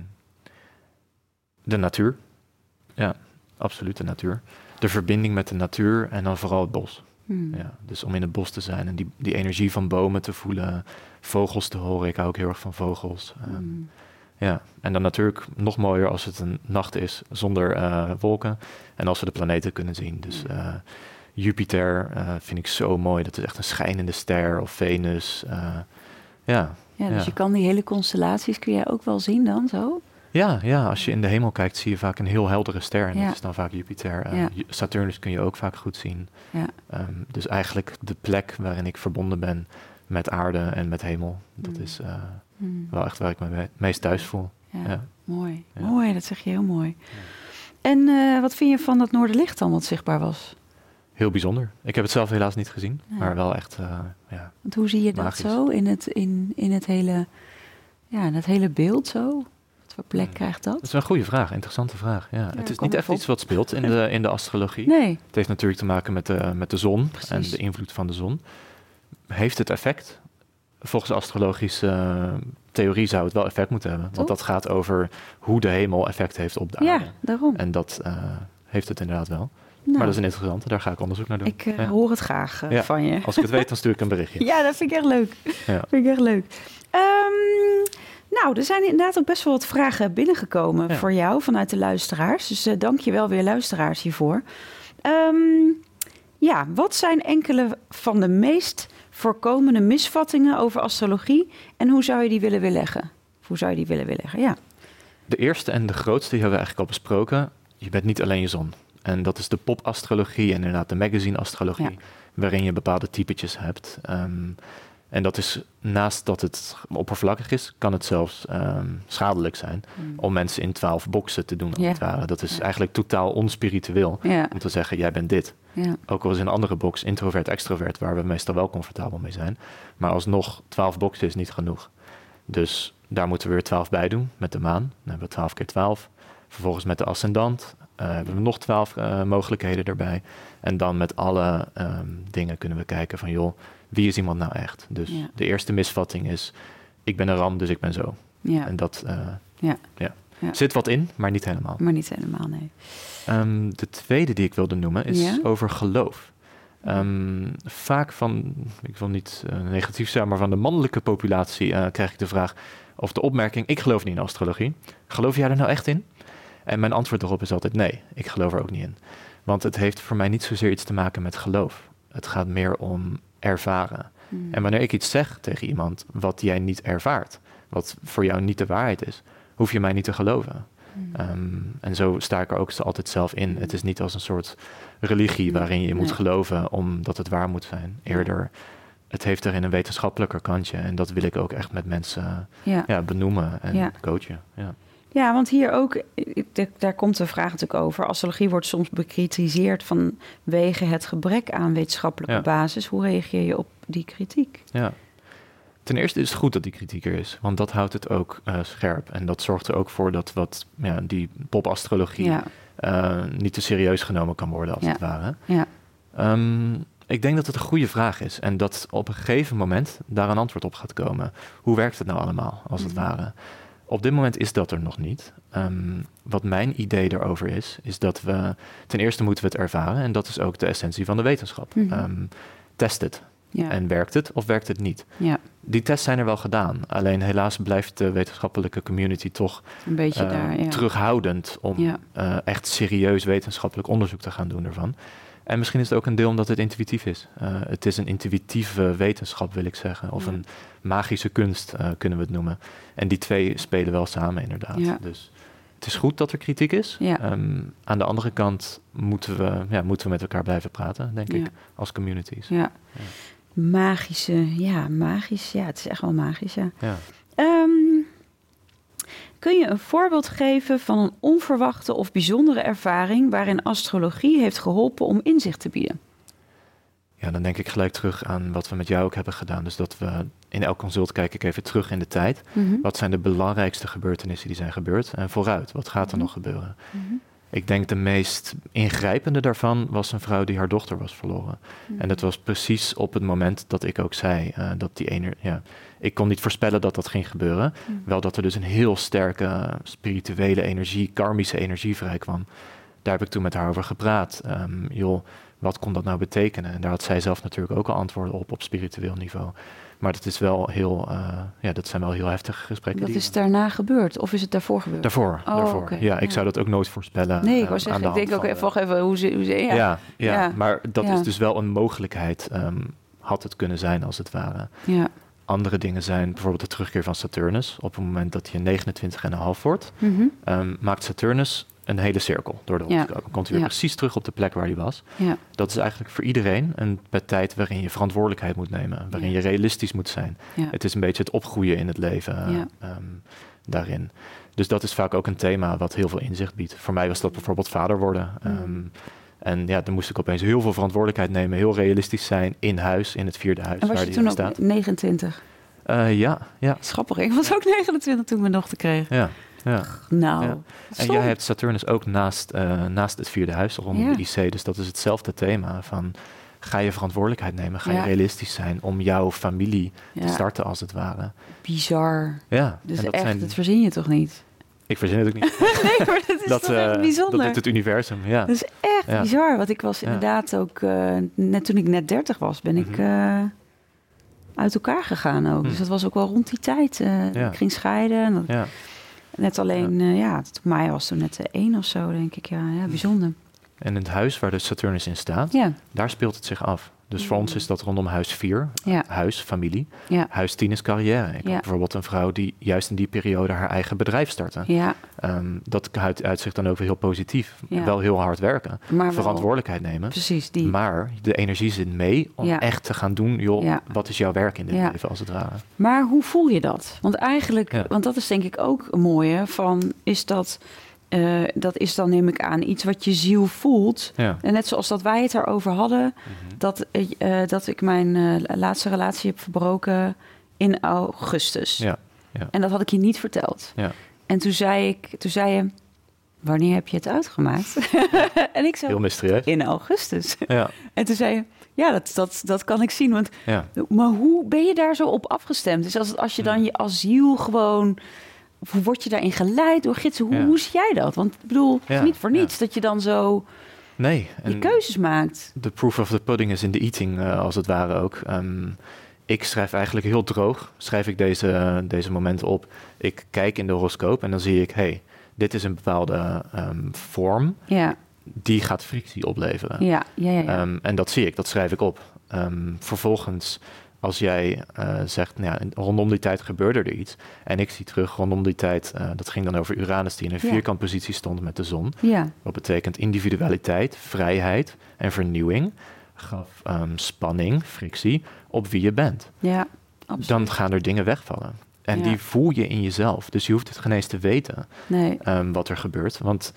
De natuur. Ja, absoluut de natuur. De verbinding met de natuur en dan vooral het bos. Ja, dus om in het bos te zijn en die energie van bomen te voelen, vogels te horen. Ik hou ook heel erg van vogels. Ja, en dan natuurlijk nog mooier als het een nacht is zonder wolken en als we de planeten kunnen zien. Dus Jupiter vind ik zo mooi. Dat is echt een schijnende ster of Venus. Dus je kan die hele constellaties, kun jij ook wel zien dan zo? Ja, als je in de hemel kijkt zie je vaak een heel heldere ster. En dat is dan vaak Jupiter. Saturnus kun je ook vaak goed zien. Ja. Dus eigenlijk de plek waarin ik verbonden ben met aarde en met hemel. Dat is wel echt waar ik me meest thuis voel. Ja. Mooi. Ja. Mooi, dat zeg je heel mooi. Ja. En wat vind je van dat Noorderlicht dan wat zichtbaar was? Heel bijzonder. Ik heb het zelf helaas niet gezien. Ja. Maar wel echt Want hoe zie je magisch. Dat zo in het hele beeld zo? Wat plek krijgt dat? Dat is een goede vraag, interessante vraag. Ja. Het is niet echt iets wat speelt in de astrologie. Nee. Het heeft natuurlijk te maken met de zon. Precies. En de invloed van de zon. Heeft het effect? Volgens de astrologische theorie zou het wel effect moeten hebben. Toch? Want dat gaat over hoe de hemel effect heeft op de aarde. Ja, daarom. En dat heeft het inderdaad wel. Maar dat is een interessante, daar ga ik onderzoek naar doen. Ik hoor het graag van je. Als ik het weet, dan stuur ik een berichtje. Ja, dat vind ik echt leuk. Ja. Vind ik echt leuk. Nou, er zijn inderdaad ook best wel wat vragen binnengekomen voor jou vanuit de luisteraars. Dus dank je wel weer luisteraars hiervoor. Wat zijn enkele van de meest voorkomende misvattingen over astrologie en hoe zou je die willen weerleggen? Ja. De eerste en de grootste die hebben we eigenlijk al besproken. Je bent niet alleen je zon. En dat is de popastrologie en inderdaad de magazine-astrologie, waarin je bepaalde typetjes hebt. En dat is, naast dat het oppervlakkig is, kan het zelfs schadelijk zijn om mensen in 12 boxen te doen, als het ware. Dat is eigenlijk totaal onspiritueel om te zeggen, jij bent dit. Ja. Ook al is een andere box, introvert, extrovert, waar we meestal wel comfortabel mee zijn. Maar alsnog, 12 boxen is niet genoeg. Dus daar moeten we weer 12 bij doen met de maan. Dan hebben we 12 keer 12. Vervolgens met de ascendant hebben we nog 12 mogelijkheden erbij. En dan met alle dingen kunnen we kijken van, joh, wie is iemand nou echt? Dus de eerste misvatting is, ik ben een ram, dus ik ben zo. Ja. En dat zit wat in, maar niet helemaal. Maar niet helemaal, nee. De tweede die ik wilde noemen is over geloof. Vaak van, ik wil niet negatief zijn, maar van de mannelijke populatie krijg ik de vraag of de opmerking, ik geloof niet in astrologie. Geloof jij er nou echt in? En mijn antwoord erop is altijd nee, ik geloof er ook niet in. Want het heeft voor mij niet zozeer iets te maken met geloof. Het gaat meer om ervaren. En wanneer ik iets zeg tegen iemand wat jij niet ervaart, wat voor jou niet de waarheid is, hoef je mij niet te geloven. En zo sta ik er ook altijd zelf in. Het is niet als een soort religie waarin je moet geloven omdat het waar moet zijn. Eerder, het heeft erin een wetenschappelijker kantje. En dat wil ik ook echt met mensen benoemen en coachen. Ja. Ja, want hier ook, daar komt de vraag natuurlijk over. Astrologie wordt soms bekritiseerd vanwege het gebrek aan wetenschappelijke basis. Hoe reageer je op die kritiek? Ja. Ten eerste is het goed dat die kritiek er is, want dat houdt het ook scherp. En dat zorgt er ook voor dat die popastrologie niet te serieus genomen kan worden, als het ware. Ja. Ik denk dat het een goede vraag is en dat op een gegeven moment daar een antwoord op gaat komen. Hoe werkt het nou allemaal, als het ware? Op dit moment is dat er nog niet. Wat mijn idee erover is dat we, ten eerste moeten we het ervaren en dat is ook de essentie van de wetenschap. Test het. Ja. En werkt het of werkt het niet? Ja. Die tests zijn er wel gedaan. Alleen helaas blijft de wetenschappelijke community toch een beetje terughoudend om echt serieus wetenschappelijk onderzoek te gaan doen ervan. En misschien is het ook een deel omdat het intuïtief is. Het is een intuïtieve wetenschap, wil ik zeggen. Of een magische kunst, kunnen we het noemen. En die twee spelen wel samen, inderdaad. Ja. Dus het is goed dat er kritiek is. Ja. Aan de andere kant moeten we met elkaar blijven praten, denk ik, als communities. Ja. Magisch. Ja, het is echt wel magisch, ja. Kun je een voorbeeld geven van een onverwachte of bijzondere ervaring waarin astrologie heeft geholpen om inzicht te bieden? Ja, dan denk ik gelijk terug aan wat we met jou ook hebben gedaan. Dus dat we in elk consult kijk ik even terug in de tijd. Wat zijn de belangrijkste gebeurtenissen die zijn gebeurd? En vooruit, wat gaat er nog gebeuren? Ik denk de meest ingrijpende daarvan was een vrouw die haar dochter was verloren. En dat was precies op het moment dat ik ook zei dat ik kon niet voorspellen dat dat ging gebeuren. Wel dat er dus een heel sterke spirituele energie, karmische energie vrijkwam. Daar heb ik toen met haar over gepraat. Wat kon dat nou betekenen? En daar had zij zelf natuurlijk ook al antwoorden op spiritueel niveau. Maar dat is wel dat zijn wel heel heftige gesprekken. Dat is daarna gebeurd? Of is het daarvoor gebeurd? Daarvoor. Okay. Ja, ik zou dat ook nooit voorspellen. Nee, ik wou zeggen, ik denk ook even hoe ze... Ja, maar dat is dus wel een mogelijkheid. Had het kunnen zijn, als het ware. Ja. Andere dingen zijn bijvoorbeeld de terugkeer van Saturnus. Op het moment dat je 29,5 wordt, maakt Saturnus een hele cirkel door de horoskoop. Dan komt hij weer precies terug op de plek waar hij was. Ja. Dat is eigenlijk voor iedereen een tijd waarin je verantwoordelijkheid moet nemen. Waarin je realistisch moet zijn. Ja. Het is een beetje het opgroeien in het leven daarin. Dus dat is vaak ook een thema wat heel veel inzicht biedt. Voor mij was dat bijvoorbeeld vader worden. En dan moest ik opeens heel veel verantwoordelijkheid nemen. Heel realistisch zijn in huis, in het 4e huis. En was je toen ook 29? Ja. Schappig, ik was ook 29 toen ik mijn dochter kreeg. Ja. Nou. Ja. En jij hebt Saturnus ook naast het 4e huis rondom de IC. Dus dat is hetzelfde thema van, ga je verantwoordelijkheid nemen? Ga je realistisch zijn om jouw familie te starten, als het ware? Bizar. Ja. Dus echt, dat verzin je toch niet? Ik verzin het ook niet. Nee, maar dat is toch echt bijzonder. Dat doet het universum, ja. Dat is echt bizar. Want ik was inderdaad ook... net toen ik net 30 was, ben ik uit elkaar gegaan ook. Dus dat was ook wel rond die tijd. Ik ging scheiden. En dat, net alleen... toen Maya was toen net 1 of zo, denk ik. Ja, bijzonder. En in het huis waar de Saturnus in staat, daar speelt het zich af. Dus voor ons is dat rondom huis 4, huis, familie. Ja. Huis 10 is carrière. Ik heb bijvoorbeeld een vrouw die juist in die periode haar eigen bedrijf startte. Ja. Dat uitzicht dan ook weer heel positief. Ja. Wel heel hard werken, maar verantwoordelijkheid nemen. Precies, maar de energie zit mee om echt te gaan doen, wat is jouw werk in dit leven als het ware. Maar hoe voel je dat? Want eigenlijk, want dat is denk ik ook een mooie van, is dat... dat is dan, neem ik aan, iets wat je ziel voelt. Ja. En net zoals dat wij het erover hadden... dat ik mijn laatste relatie heb verbroken in augustus. Ja. Ja. En dat had ik je niet verteld. Ja. En toen zei je... Wanneer heb je het uitgemaakt? En ik zei... Heel mysterieus. In augustus. Ja. En toen zei je... Ja, dat kan ik zien. Want, maar hoe ben je daar zo op afgestemd? Dus als je dan je asiel gewoon... Hoe word je daarin geleid door gidsen? Hoe zie jij dat? Want ik bedoel, het is niet voor niets dat je dan zo je keuzes maakt. The proof of the pudding is in the eating, als het ware ook. Ik schrijf eigenlijk heel droog, schrijf ik deze momenten op. Ik kijk in de horoscoop en dan zie ik, dit is een bepaalde vorm. Ja. Die gaat frictie opleveren. Ja. En dat zie ik, dat schrijf ik op. Vervolgens... Als jij zegt, rondom die tijd gebeurde er iets. En ik zie terug, rondom die tijd, dat ging dan over Uranus die in een vierkantpositie stond met de zon. Ja. Wat betekent individualiteit, vrijheid en vernieuwing. Gaf spanning, frictie op wie je bent. Ja, absoluut. Dan gaan er dingen wegvallen. En die voel je in jezelf. Dus je hoeft het geen eens te weten wat er gebeurt. Want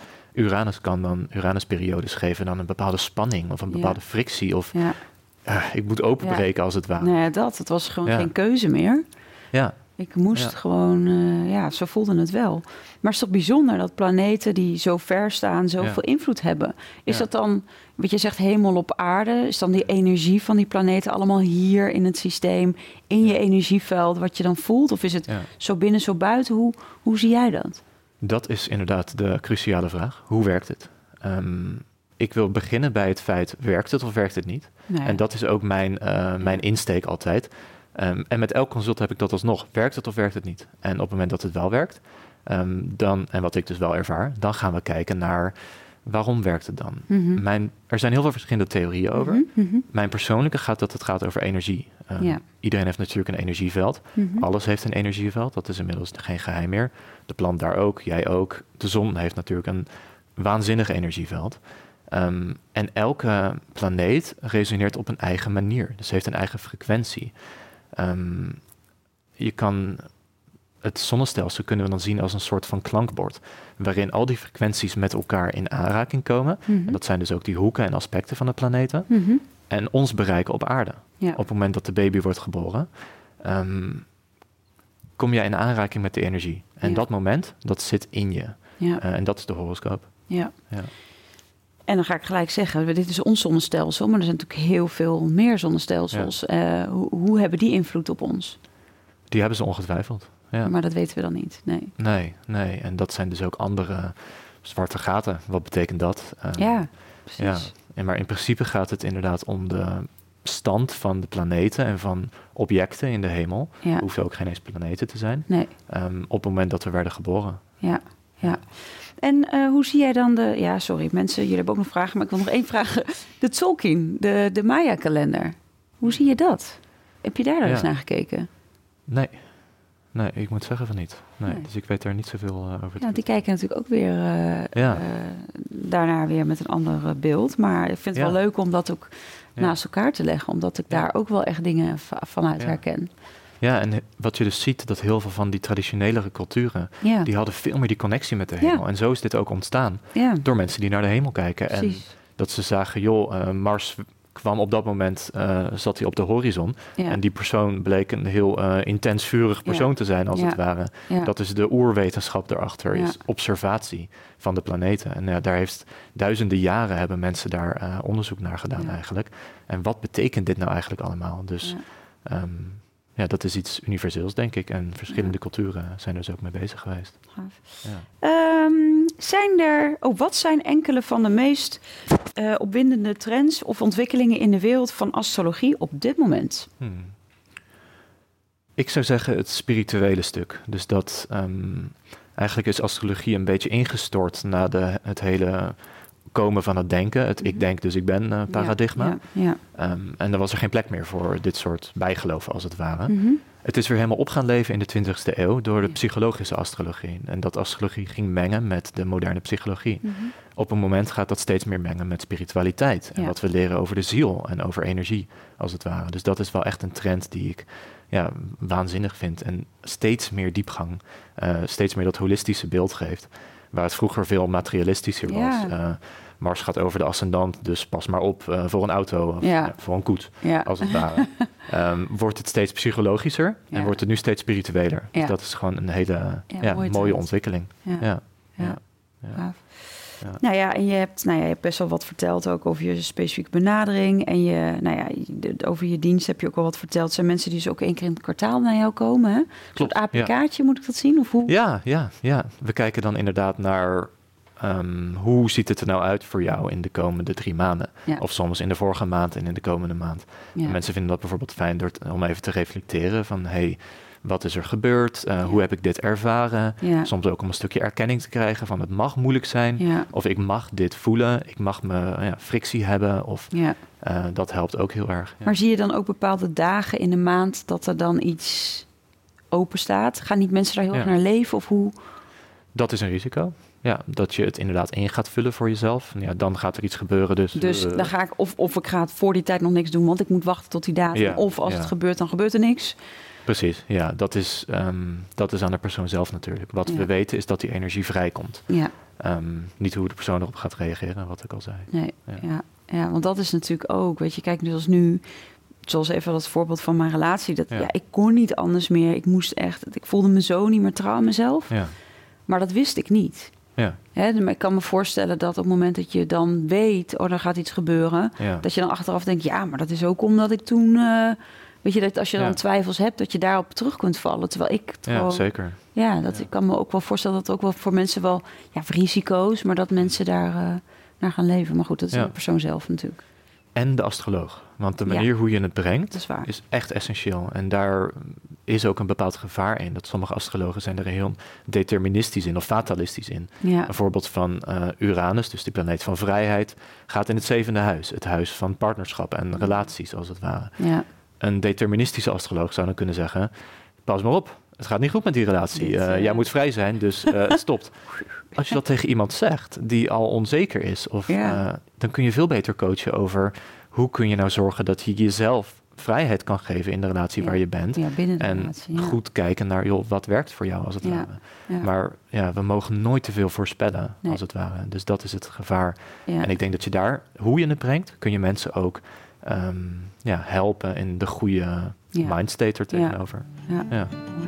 Uranus-periodes geven dan een bepaalde spanning of een bepaalde frictie of... ik moet openbreken als het ware. Nee, het was gewoon geen keuze meer. Ja. Ik moest gewoon, zo voelde het wel. Maar het is toch bijzonder dat planeten die zo ver staan... zoveel invloed hebben. Is dat dan, wat je zegt, hemel op aarde? Is dan die energie van die planeten allemaal hier in het systeem... in je energieveld, wat je dan voelt? Of is het zo binnen, zo buiten? Hoe zie jij dat? Dat is inderdaad de cruciale vraag. Hoe werkt het? Ik wil beginnen bij het feit, werkt het of werkt het niet? Nee. En dat is ook mijn insteek altijd. En met elk consult heb ik dat alsnog. Werkt het of werkt het niet? En op het moment dat het wel werkt, dan, en wat ik dus wel ervaar... dan gaan we kijken naar waarom werkt het dan? Mm-hmm. Er zijn heel veel verschillende theorieën over. Mm-hmm. Mijn persoonlijke het gaat over energie. Iedereen heeft natuurlijk een energieveld. Mm-hmm. Alles heeft een energieveld. Dat is inmiddels geen geheim meer. De plant daar ook, jij ook. De zon heeft natuurlijk een waanzinnig energieveld... en elke planeet resoneert op een eigen manier. Dus heeft een eigen frequentie. Het zonnestelsel kunnen we dan zien als een soort van klankbord... waarin al die frequenties met elkaar in aanraking komen. Mm-hmm. En dat zijn dus ook die hoeken en aspecten van de planeten. Mm-hmm. En ons bereiken op aarde. Ja. Op het moment dat de baby wordt geboren... kom jij in aanraking met de energie. En dat moment, dat zit in je. Ja. En dat is de horoscoop. Ja. En dan ga ik gelijk zeggen, dit is ons zonnestelsel... maar er zijn natuurlijk heel veel meer zonnestelsels. Ja. Hoe hebben die invloed op ons? Die hebben ze ongetwijfeld, ja. Maar dat weten we dan niet, nee. Nee. En dat zijn dus ook andere zwarte gaten. Wat betekent dat? Precies. Ja. Maar in principe gaat het inderdaad om de stand van de planeten... en van objecten in de hemel. Ja. Hoeft ook geen eens planeten te zijn. Nee. Op het moment dat we werden geboren. Ja. En hoe zie jij dan mensen, jullie hebben ook nog vragen... maar ik wil nog één vraag. De Tzolk'in, de Maya-kalender. Hoe zie je dat? Heb je daar eens naar gekeken? Nee, ik moet zeggen van niet. Nee. Dus ik weet daar niet zoveel over. Die kijken natuurlijk ook weer daarna weer met een ander beeld. Maar ik vind het wel leuk om dat ook naast elkaar te leggen... omdat ik daar ook wel echt dingen vanuit herken. Ja, en wat je dus ziet, dat heel veel van die traditionelere culturen... die hadden veel meer die connectie met de hemel. Ja. En zo is dit ook ontstaan door mensen die naar de hemel kijken. Precies. En dat ze zagen, Mars kwam op dat moment, zat hij op de horizon. Ja. En die persoon bleek een heel intens vurig persoon te zijn, als het ware. Ja. Dat is de oerwetenschap erachter, is observatie van de planeten. En daar heeft duizenden jaren hebben mensen daar onderzoek naar gedaan eigenlijk. En wat betekent dit nou eigenlijk allemaal? Dus... dat is iets universeels, denk ik. En verschillende culturen zijn er dus ook mee bezig geweest. Gaaf. Ja. Wat zijn enkele van de meest opwindende trends of ontwikkelingen in de wereld van astrologie op dit moment? Ik zou zeggen het spirituele stuk. Dus dat eigenlijk is astrologie een beetje ingestort na het hele komen van het denken. Het ik denk, dus ik ben paradigma. Ja. En dan was er geen plek meer voor dit soort bijgeloven, als het ware. Mm-hmm. Het is weer helemaal op gaan leven in de 20e eeuw door de psychologische astrologie. En dat astrologie ging mengen met de moderne psychologie. Mm-hmm. Op een moment gaat dat steeds meer mengen met spiritualiteit. En wat we leren over de ziel en over energie, als het ware. Dus dat is wel echt een trend die ik waanzinnig vind. En steeds meer diepgang, steeds meer dat holistische beeld geeft. Waar het vroeger veel materialistischer was. Mars gaat over de ascendant, dus pas maar op voor een auto of voor een koets, als het ware. Wordt het steeds psychologischer en wordt het nu steeds spiritueler. Dus dat is gewoon een hele mooie ontwikkeling. Nou ja, en je hebt best wel wat verteld ook over je specifieke benadering. En over je dienst heb je ook al wat verteld. Het zijn mensen die dus ook 1 keer in het kwartaal naar jou komen. Hè? Een soort APK'tje, moet ik dat zien? Of hoe? Ja. We kijken dan inderdaad naar hoe ziet het er nou uit voor jou in de komende 3 maanden. Ja. Of soms in de vorige maand en in de komende maand. Ja. En mensen vinden dat bijvoorbeeld fijn om even te reflecteren van wat is er gebeurd? Hoe heb ik dit ervaren? Ja. Soms ook om een stukje erkenning te krijgen van het mag moeilijk zijn. Ja. Of ik mag dit voelen. Ik mag frictie hebben. Of dat helpt ook heel erg. Ja. Maar zie je dan ook bepaalde dagen in de maand dat er dan iets open staat? Gaan niet mensen daar heel erg naar leven? Of hoe? Dat is een risico. Ja, dat je het inderdaad in gaat vullen voor jezelf. Ja, dan gaat er iets gebeuren. Dus dan ga ik of ik ga voor die tijd nog niks doen, want ik moet wachten tot die datum. Ja, of als het gebeurt, dan gebeurt er niks. Precies, ja. Dat is aan de persoon zelf natuurlijk. Wat we weten is dat die energie vrijkomt. Ja. Niet hoe de persoon erop gaat reageren, wat ik al zei. Nee, ja, want dat is natuurlijk ook, weet je, kijk, dus nu, zoals even dat voorbeeld van mijn relatie, ik kon niet anders meer. Ik voelde me zo niet meer trouw aan mezelf. Ja. Maar dat wist ik niet. Ja. Maar ik kan me voorstellen dat op het moment dat je dan weet, er gaat iets gebeuren, dat je dan achteraf denkt, maar dat is ook omdat ik toen, weet je, dat als je dan twijfels hebt, dat je daarop terug kunt vallen. Terwijl ik gewoon, ja, zeker. Ja, ik kan me ook wel voorstellen dat het ook wel voor mensen wel, risico's, maar dat mensen daar naar gaan leven. Maar goed, dat is de persoon zelf natuurlijk. En de astroloog. Want de manier hoe je het brengt is echt essentieel. En daar is ook een bepaald gevaar in. Dat sommige astrologen zijn er heel deterministisch in of fatalistisch in. Ja. Een voorbeeld van Uranus, dus de planeet van vrijheid, gaat in het 7e huis. Het huis van partnerschap en relaties, als het ware. Ja. Een deterministische astroloog zou dan kunnen zeggen, pas maar op, het gaat niet goed met die relatie. Jij moet vrij zijn, dus het stopt. Als je dat tegen iemand zegt die al onzeker is, dan kun je veel beter coachen over hoe kun je nou zorgen dat je jezelf vrijheid kan geven in de relatie waar je bent. Ja, binnen de relatie, goed kijken naar, wat werkt voor jou als het ware. Ja. Maar we mogen nooit te veel voorspellen, als het ware. Dus dat is het gevaar. Ja. En ik denk dat je daar, hoe je het brengt, kun je mensen ook helpen in de goede mindstate er tegenover. Ja.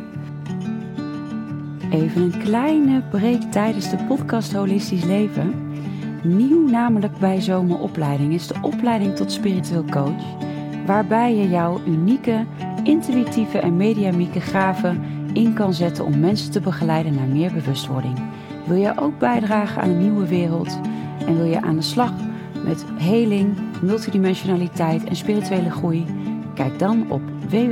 Even een kleine break tijdens de podcast Holistisch Leven. Nieuw namelijk bij Zomeropleiding is de opleiding tot spiritueel coach, waarbij je jouw unieke, intuïtieve en mediamieke gaven in kan zetten om mensen te begeleiden naar meer bewustwording. Wil je ook bijdragen aan een nieuwe wereld en wil je aan de slag met heling, multidimensionaliteit en spirituele groei? Kijk dan op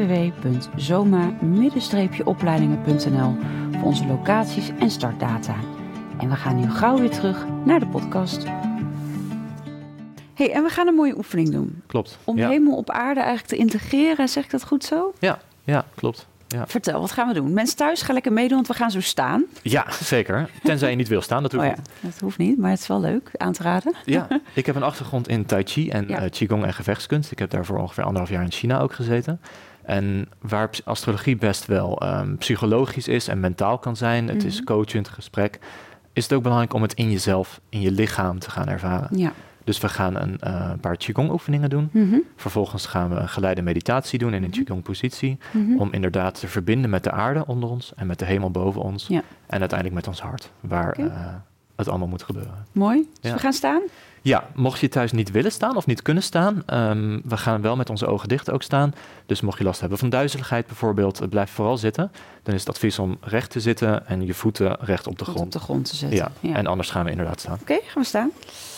www.zoma-opleidingen.nl voor onze locaties en startdata. En we gaan nu gauw weer terug naar de podcast. En we gaan een mooie oefening doen. Klopt. Om de hemel op aarde eigenlijk te integreren. Zeg ik dat goed zo? Ja, klopt. Ja. Vertel, wat gaan we doen? Mensen thuis, ga lekker meedoen, want we gaan zo staan. Ja, zeker. Tenzij je niet wil staan, dat hoeft niet. Dat hoeft niet, maar het is wel leuk aan te raden. Ja, ik heb een achtergrond in Tai Chi en Qigong en gevechtskunst. Ik heb daarvoor ongeveer 1,5 jaar in China ook gezeten. En waar astrologie best wel psychologisch is en mentaal kan zijn, het is coachend gesprek, is het ook belangrijk om het in jezelf, in je lichaam te gaan ervaren. Ja. Dus we gaan een paar Qigong-oefeningen doen. Mm-hmm. Vervolgens gaan we een geleide meditatie doen in een Qigong-positie. Mm-hmm. Om inderdaad te verbinden met de aarde onder ons en met de hemel boven ons. Ja. En uiteindelijk met ons hart. Waar het allemaal moet gebeuren. Mooi. Dus Ja. we gaan staan? Ja, mocht je thuis niet willen staan of niet kunnen staan, we gaan wel met onze ogen dicht ook staan. Dus mocht je last hebben van duizeligheid bijvoorbeeld, blijf vooral zitten. Dan is het advies om recht te zitten en je voeten recht op de Goed grond. op de grond te zetten. Ja, en anders gaan we inderdaad staan. Oké, gaan we staan.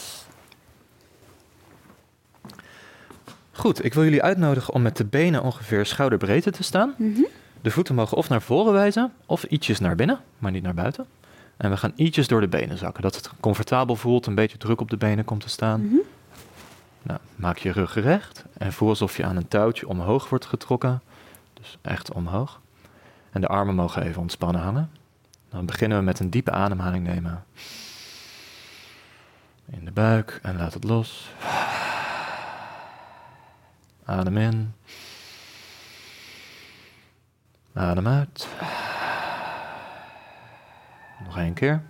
Goed, ik wil jullie uitnodigen om met de benen ongeveer schouderbreedte te staan. Mhm. De voeten mogen of naar voren wijzen of ietsjes naar binnen, maar niet naar buiten. En we gaan ietsjes door de benen zakken, dat het comfortabel voelt, een beetje druk op de benen komt te staan. Mhm. Nou, maak je rug recht en voel alsof je aan een touwtje omhoog wordt getrokken. Dus echt omhoog. En de armen mogen even ontspannen hangen. Dan beginnen we met een diepe ademhaling nemen. In de buik en laat het los. Adem in. Adem uit. Nog 1 keer.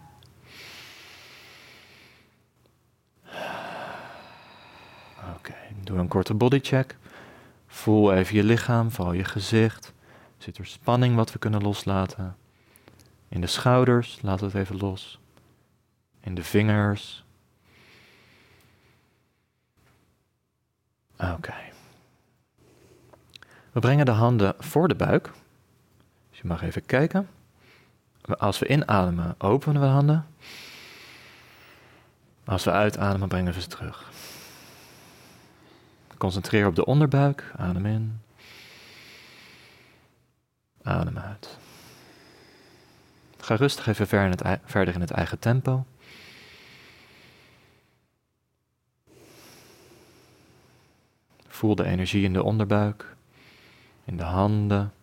Oké, doe een korte bodycheck. Voel even je lichaam, vooral je gezicht. Zit er spanning wat we kunnen loslaten? In de schouders, laat het even los. In de vingers. Oké. We brengen de handen voor de buik. Dus je mag even kijken. Als we inademen, openen we de handen. Als we uitademen, brengen we ze terug. Concentreer op de onderbuik. Adem in. Adem uit. Ga rustig even verder in het eigen tempo. Voel de energie in de onderbuik, in de handen.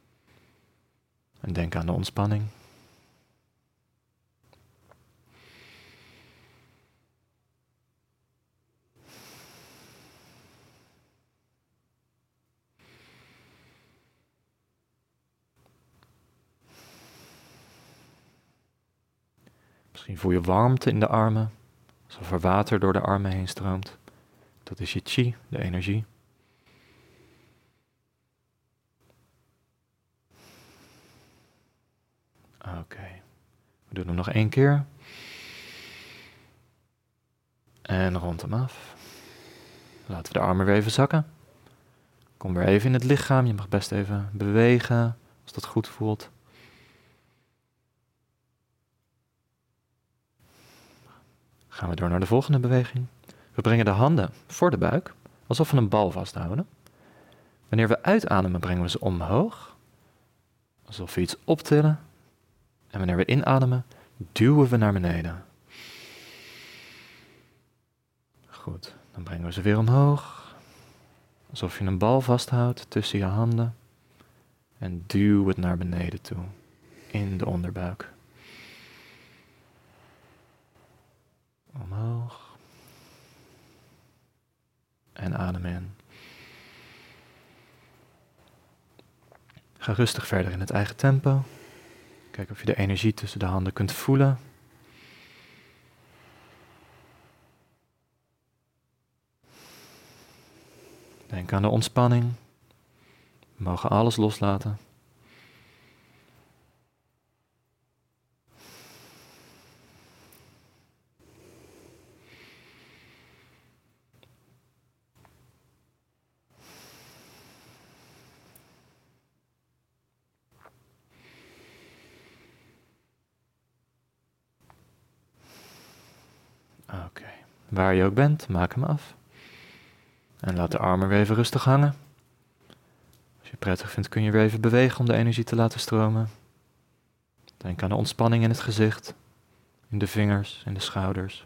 En denk aan de ontspanning. Misschien voel je warmte in de armen, alsof er water door de armen heen stroomt. Dat is je chi, de energie. Oké, we doen hem nog 1 keer. En rond hem af. Laten we de armen weer even zakken. Kom weer even in het lichaam, je mag best even bewegen als dat goed voelt. Gaan we door naar de volgende beweging. We brengen de handen voor de buik, alsof we een bal vasthouden. Wanneer we uitademen, brengen we ze omhoog, alsof we iets optillen. En wanneer we inademen, duwen we naar beneden. Goed, dan brengen we ze weer omhoog, alsof je een bal vasthoudt tussen je handen. En duw het naar beneden toe, in de onderbuik. Omhoog. En adem in. Ga rustig verder in het eigen tempo. Kijk of je de energie tussen de handen kunt voelen. Denk aan de ontspanning. We mogen alles loslaten. Oké. Waar je ook bent, maak hem af. En laat de armen weer even rustig hangen. Als je het prettig vindt, kun je weer even bewegen om de energie te laten stromen. Denk aan de ontspanning in het gezicht, in de vingers, in de schouders.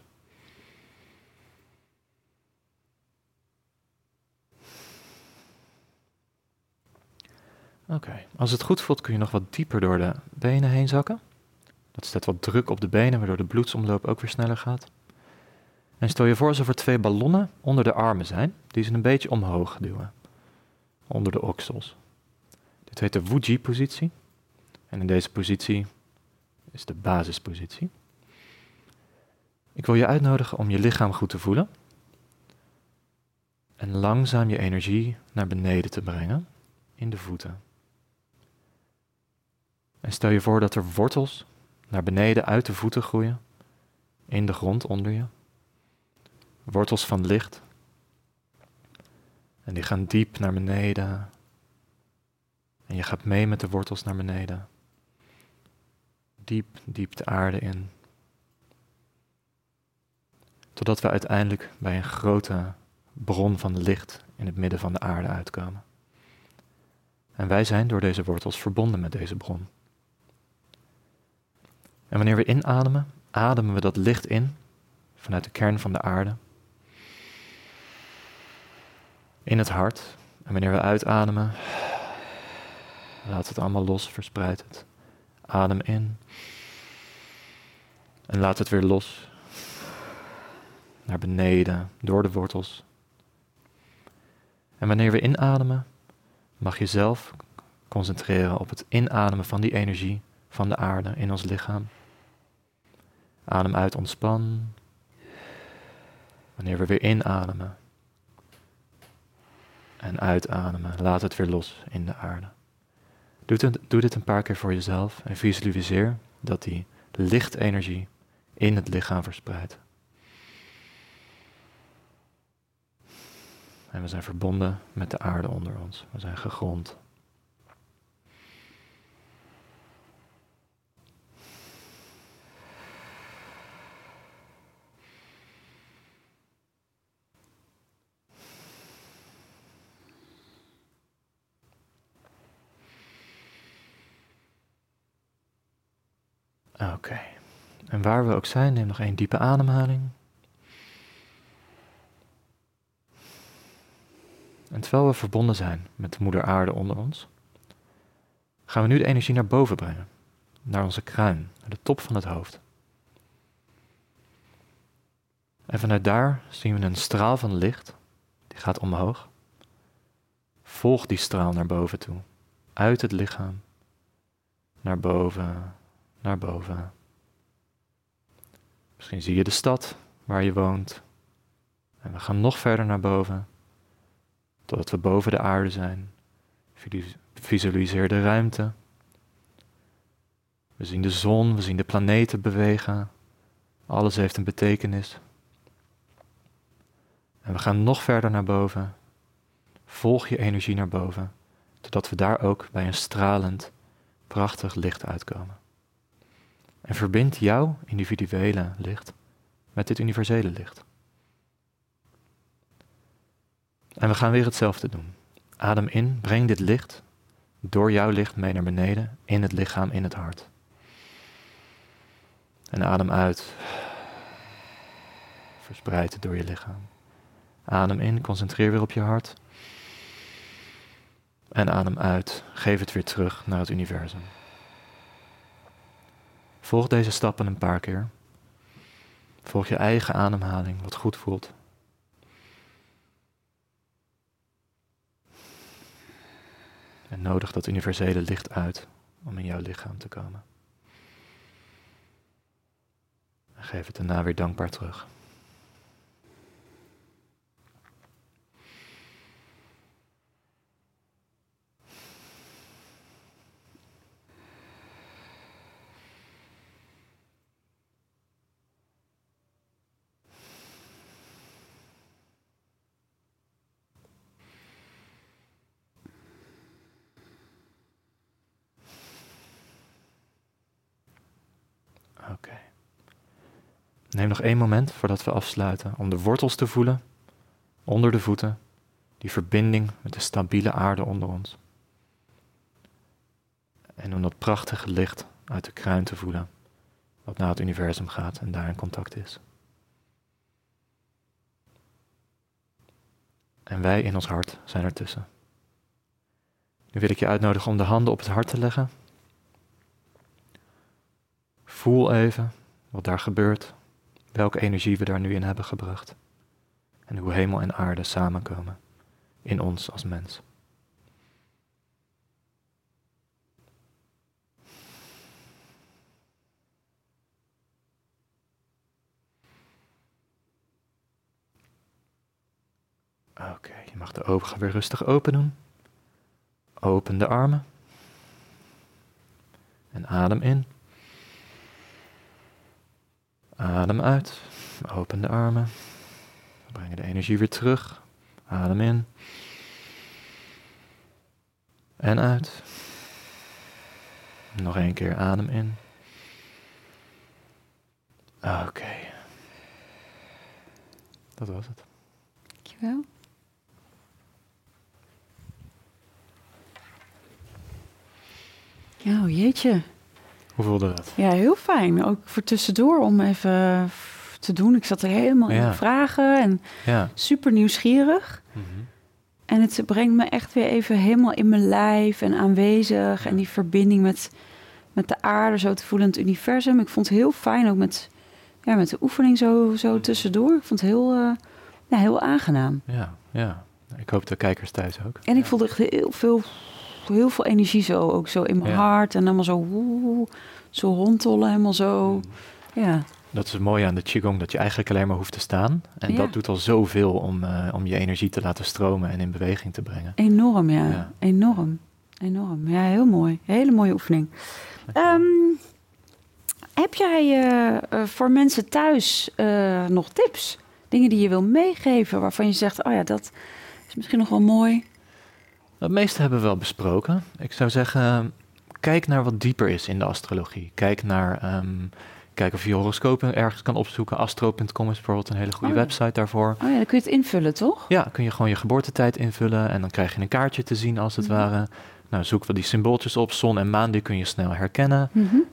Oké. Als het goed voelt, kun je nog wat dieper door de benen heen zakken. Dat zet wat druk op de benen, waardoor de bloedsomloop ook weer sneller gaat. En stel je voor alsof er 2 ballonnen onder de armen zijn, die ze een beetje omhoog duwen. Onder de oksels. Dit heet de Wuji-positie. En in deze positie is de basispositie. Ik wil je uitnodigen om je lichaam goed te voelen. En langzaam je energie naar beneden te brengen, in de voeten. En stel je voor dat er wortels naar beneden uit de voeten groeien. in de grond onder je. Wortels van licht. En die gaan diep naar beneden. En je gaat mee met de wortels naar beneden. Diep, diep de aarde in. Totdat we uiteindelijk bij een grote bron van licht in het midden van de aarde uitkomen. En wij zijn door deze wortels verbonden met deze bron. En wanneer we inademen, ademen we dat licht in vanuit de kern van de aarde. In het hart. En wanneer we uitademen, laat het allemaal los, verspreid het. Adem in. En laat het weer los. Naar beneden, door de wortels. En wanneer we inademen, mag je zelf concentreren op het inademen van die energie van de aarde in ons lichaam. Adem uit, ontspan. Wanneer we weer inademen en uitademen, laat het weer los in de aarde. Doe dit een paar keer voor jezelf en visualiseer dat die lichtenergie in het lichaam verspreidt. En we zijn verbonden met de aarde onder ons. We zijn gegrond. Oké. En waar we ook zijn, neem nog 1 diepe ademhaling. En terwijl we verbonden zijn met de moeder aarde onder ons, gaan we nu de energie naar boven brengen. Naar onze kruin, naar de top van het hoofd. En vanuit daar zien we een straal van licht, die gaat omhoog. Volg die straal naar boven toe, uit het lichaam, naar boven, naar boven. Misschien zie je de stad waar je woont. En we gaan nog verder naar boven, totdat we boven de aarde zijn. Visualiseer de ruimte. We zien de zon, we zien de planeten bewegen. Alles heeft een betekenis. En we gaan nog verder naar boven. Volg je energie naar boven, totdat we daar ook bij een stralend, prachtig licht uitkomen. En verbind jouw individuele licht met dit universele licht. En we gaan weer hetzelfde doen. Adem in, breng dit licht door jouw licht mee naar beneden, in het lichaam, in het hart. En adem uit. Verspreid het door je lichaam. Adem in, concentreer weer op je hart. En adem uit, geef het weer terug naar het universum. Volg deze stappen een paar keer. Volg je eigen ademhaling, wat goed voelt. En nodig dat universele licht uit om in jouw lichaam te komen. En geef het daarna weer dankbaar terug. Oké. Neem nog 1 moment voordat we afsluiten om de wortels te voelen, onder de voeten, die verbinding met de stabiele aarde onder ons. En om dat prachtige licht uit de kruin te voelen, wat naar het universum gaat en daar in contact is. En wij in ons hart zijn ertussen. Nu wil ik je uitnodigen om de handen op het hart te leggen. Voel even wat daar gebeurt, welke energie we daar nu in hebben gebracht. En hoe hemel en aarde samenkomen in ons als mens. Oké, je mag de ogen weer rustig open doen. Open de armen. En adem in. Adem Adem uit. Open de armen. We brengen de energie weer terug. Adem in. En uit. Nog 1 keer adem in. Oké. Dat was het. Dankjewel. Ja, oh jeetje. Hoe voelde dat? Ja, heel fijn. Ook voor tussendoor om even te doen. Ik zat er helemaal in de vragen en super nieuwsgierig. Mm-hmm. En het brengt me echt weer even helemaal in mijn lijf en aanwezig. Ja. En die verbinding met de aarde zo te voelen in het universum. Ik vond het heel fijn, ook met de oefening zo tussendoor. Ik vond het heel aangenaam. Ja. Ik hoop de kijkers thuis ook. En ik voelde echt heel veel energie ook zo in mijn hart. En allemaal zo rondtollen, helemaal zo. Ja. Dat is het mooie aan de Qigong, dat je eigenlijk alleen maar hoeft te staan. En dat doet al zoveel om je energie te laten stromen en in beweging te brengen. Enorm, ja. Enorm. Ja, heel mooi. Hele mooie oefening. Heb jij voor mensen thuis nog tips? Dingen die je wil meegeven, waarvan je zegt, oh ja, dat is misschien nog wel mooi. Het meeste hebben we wel besproken. Ik zou zeggen, kijk naar wat dieper is in de astrologie. Kijk of je horoscopen ergens kan opzoeken. Astro.com is bijvoorbeeld een hele goede website daarvoor. Oh ja, dan kun je het invullen, toch? Ja, kun je gewoon je geboortetijd invullen en dan krijg je een kaartje te zien als het ware. Nou, zoek wel die symbooltjes op. Zon en maan, die kun je snel herkennen.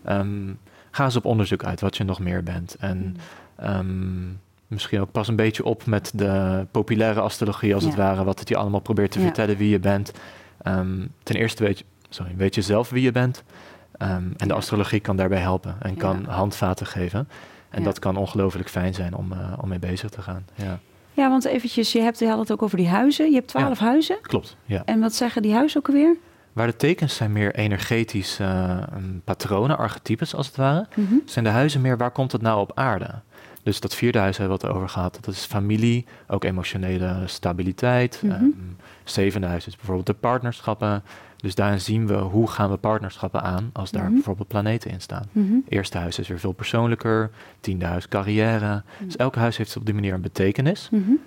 Ga eens op onderzoek uit wat je nog meer bent. En misschien ook pas een beetje op met de populaire astrologie als het ware. Wat het je allemaal probeert te vertellen wie je bent. Ten eerste weet je zelf wie je bent. En de astrologie kan daarbij helpen en kan handvaten geven. En dat kan ongelooflijk fijn zijn om mee bezig te gaan. Ja, want eventjes, je had het ook over die huizen. Je hebt 12 huizen. Klopt, ja. En wat zeggen die huizen ook alweer? Waar de tekens zijn meer energetisch patronen, archetypes als het ware. Zijn de huizen meer, waar komt het nou op aarde? Dus dat 4e huis hebben we het over gehad. Dat is familie, ook emotionele stabiliteit. 7e huis is bijvoorbeeld de partnerschappen. Dus daarin zien we hoe gaan we partnerschappen aan als daar bijvoorbeeld planeten in staan. 1e huis is weer veel persoonlijker. 10e huis carrière. Dus elk huis heeft op die manier een betekenis.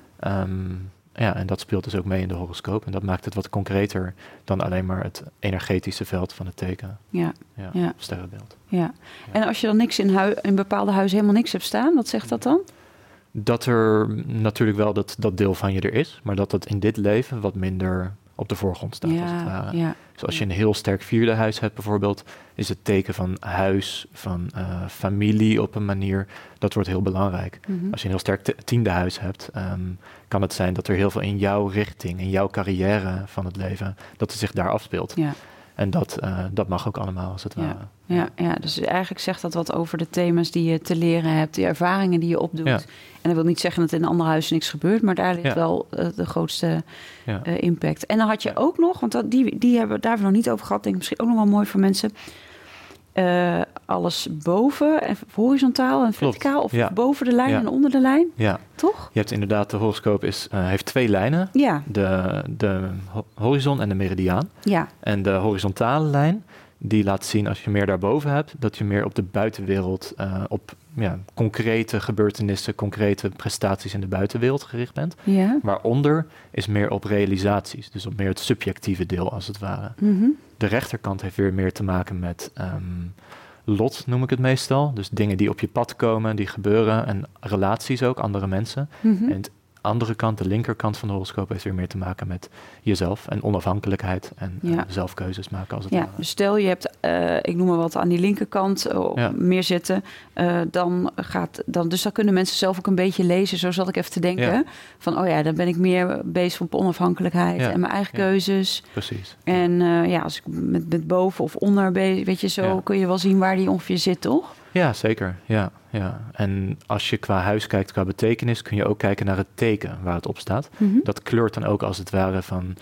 En dat speelt dus ook mee in de horoscoop. En dat maakt het wat concreter dan alleen maar het energetische veld van het teken. Sterrenbeeld. Ja. En als je dan niks in bepaalde huizen helemaal niks hebt staan, wat zegt dat dan? Dat er natuurlijk wel dat deel van je er is, maar dat het in dit leven wat minder op de voorgrond staat als het ware. Dus als je een heel sterk 4e huis hebt bijvoorbeeld, is het teken van huis, van familie op een manier, dat wordt heel belangrijk. Als je een heel sterk 10e huis hebt, kan het zijn dat er heel veel in jouw richting, in jouw carrière van het leven, dat het zich daar afspeelt. En dat mag ook allemaal als het ware. Ja, dus eigenlijk zegt dat wat over de thema's die je te leren hebt, de ervaringen die je opdoet. En dat wil niet zeggen dat in een ander huis niks gebeurt, maar daar ligt wel de grootste impact. En dan had je ook nog, want daar hebben we nog niet over gehad, denk ik misschien ook nog wel mooi voor mensen. Alles boven, en horizontaal en verticaal, of boven de lijn en onder de lijn, toch? Je hebt inderdaad, de horoscoop heeft 2 lijnen, de horizon en de meridiaan. En de horizontale lijn, die laat zien als je meer daarboven hebt, dat je meer op de buitenwereld, op concrete gebeurtenissen, concrete prestaties in de buitenwereld gericht bent. Waaronder is meer op realisaties, dus op meer het subjectieve deel als het ware. De rechterkant heeft weer meer te maken met lot, noem ik het meestal. Dus dingen die op je pad komen, die gebeuren. En relaties ook, andere mensen. En de andere kant, de linkerkant van de horoscoop, heeft weer meer te maken met jezelf en onafhankelijkheid en zelfkeuzes maken als het ware. Dus stel je hebt, ik noem maar wat, aan die linkerkant meer zitten. Dan kunnen mensen zelf ook een beetje lezen. Zo zat ik even te denken. Van, dan ben ik meer bezig op onafhankelijkheid en mijn eigen keuzes. Precies. En als ik met boven of onder bezig, weet je, zo kun je wel zien waar die ongeveer zit, toch? Ja, zeker. Ja. En als je qua huis kijkt, qua betekenis, kun je ook kijken naar het teken waar het op staat. Dat kleurt dan ook als het ware van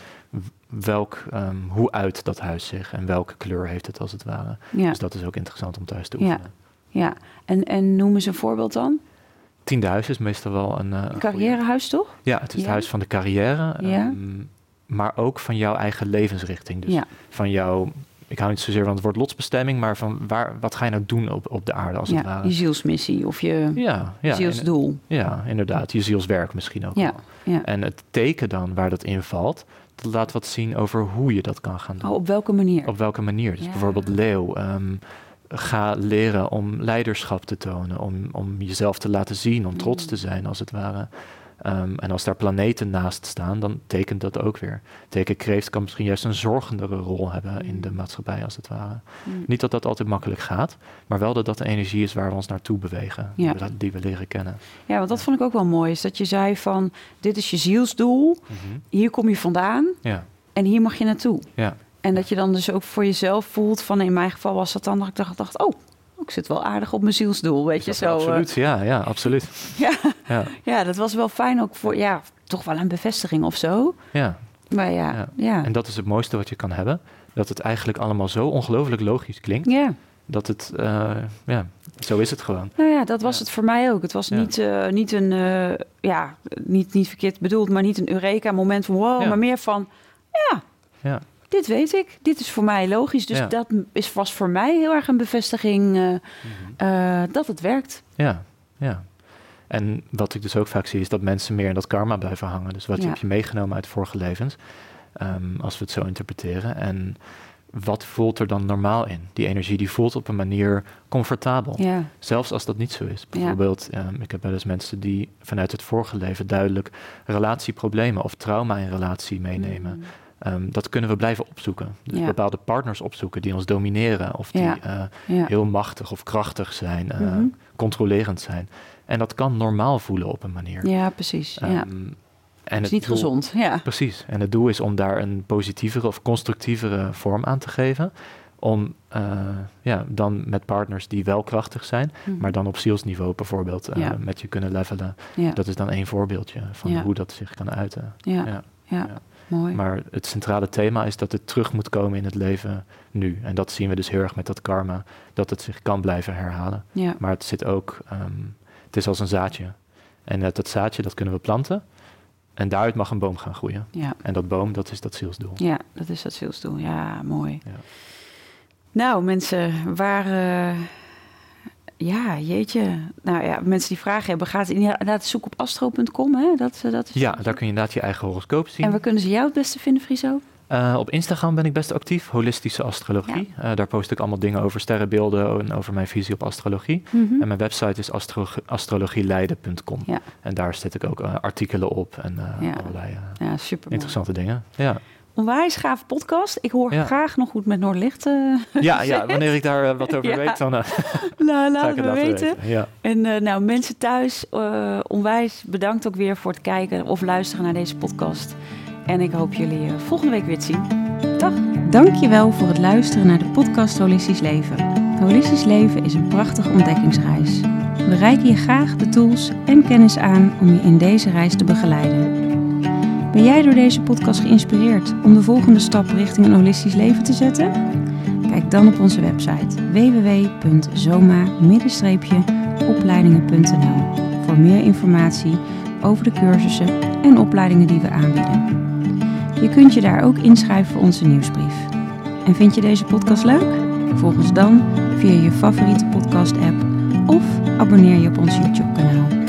hoe uit dat huis zich en welke kleur heeft het als het ware. Dus dat is ook interessant om thuis te oefenen. Ja. En noem eens een voorbeeld dan. 10e huis is meestal wel een carrièrehuis, toch? Ja, het is het huis van de carrière. Maar ook van jouw eigen levensrichting. Dus van jouw ik hou niet zozeer van het woord lotsbestemming, maar van wat ga je nou doen op de aarde als het ware? Je zielsmissie of je zielsdoel. Ja, inderdaad. Je zielswerk misschien ook. Ja. En het teken dan waar dat in valt, dat laat wat zien over hoe je dat kan gaan doen. Op welke manier? Op welke manier. Dus bijvoorbeeld leeuw. Ga leren om leiderschap te tonen, om jezelf te laten zien, om trots te zijn als het ware. En als daar planeten naast staan, dan tekent dat ook weer. Teken kreeft kan misschien juist een zorgendere rol hebben in de maatschappij als het ware. Niet dat dat altijd makkelijk gaat, maar wel dat dat de energie is waar we ons naartoe bewegen, die we leren kennen. Ja, want dat vond ik ook wel mooi, is dat je zei van, dit is je zielsdoel, hier kom je vandaan en hier mag je naartoe. Ja. En dat je dan dus ook voor jezelf voelt van, in mijn geval was dat dan dat ik dacht, ik zit wel aardig op mijn zielsdoel, weet je zo. Absoluut, ja, absoluut. Ja, dat was wel fijn ook voor, toch wel een bevestiging of zo. Ja. Maar ja. En dat is het mooiste wat je kan hebben. Dat het eigenlijk allemaal zo ongelooflijk logisch klinkt. Ja. Dat het, zo is het gewoon. Nou ja, dat was het voor mij ook. Het was niet een, niet verkeerd bedoeld, maar niet een Eureka-moment van wow, maar meer van, dit weet ik. Dit is voor mij logisch. Dus dat was voor mij heel erg een bevestiging dat het werkt. Ja. En wat ik dus ook vaak zie, is dat mensen meer in dat karma blijven hangen. Dus wat heb je meegenomen uit vorige levens, als we het zo interpreteren. En wat voelt er dan normaal in? Die energie die voelt op een manier comfortabel. Ja. Zelfs als dat niet zo is. Bijvoorbeeld, ik heb wel eens mensen die vanuit het vorige leven duidelijk relatieproblemen of trauma in relatie meenemen. Dat kunnen we blijven opzoeken. Dus bepaalde partners opzoeken die ons domineren. Of die heel machtig of krachtig zijn. Controlerend zijn. En dat kan normaal voelen op een manier. Ja, precies. En het is niet gezond. Ja. Precies. En het doel is om daar een positievere of constructievere vorm aan te geven. Om dan met partners die wel krachtig zijn, maar dan op zielsniveau bijvoorbeeld met je kunnen levelen. Ja. Dat is dan één voorbeeldje van hoe dat zich kan uiten. Ja. Mooi. Maar het centrale thema is dat het terug moet komen in het leven nu. En dat zien we dus heel erg met dat karma, dat het zich kan blijven herhalen. Ja. Maar het zit ook, het is als een zaadje. En dat zaadje, dat kunnen we planten. En daaruit mag een boom gaan groeien. Ja. En dat boom, dat is dat zielsdoel. Ja, dat is dat zielsdoel. Ja, mooi. Ja. Nou, mensen, waar... Ja, jeetje. Nou ja, mensen die vragen hebben, gaat inderdaad zoeken op astro.com. Hè? Dat is daar kun je inderdaad je eigen horoscoop zien. En waar kunnen ze jou het beste vinden, Friso? Op Instagram ben ik best actief, holistische astrologie. Ja. Daar post ik allemaal dingen over sterrenbeelden en over mijn visie op astrologie. En mijn website is astrologieleiden.com. Ja. En daar zet ik ook artikelen op en allerlei interessante dingen. Ja. Onwijs gaaf podcast. Ik hoor graag nog goed met Noorderlicht. Ja, wanneer ik daar wat over weet, dan laten we weten. Ja. En mensen thuis, onwijs bedankt ook weer voor het kijken of luisteren naar deze podcast. En ik hoop jullie volgende week weer te zien. Dag. Dankjewel voor het luisteren naar de podcast Holistisch Leven. Holistisch Leven is een prachtige ontdekkingsreis. We reiken je graag de tools en kennis aan om je in deze reis te begeleiden. Ben jij door deze podcast geïnspireerd om de volgende stap richting een holistisch leven te zetten? Kijk dan op onze website www.zoma-opleidingen.nl voor meer informatie over de cursussen en opleidingen die we aanbieden. Je kunt je daar ook inschrijven voor onze nieuwsbrief. En vind je deze podcast leuk? Volg ons dan via je favoriete podcast-app of abonneer je op ons YouTube-kanaal.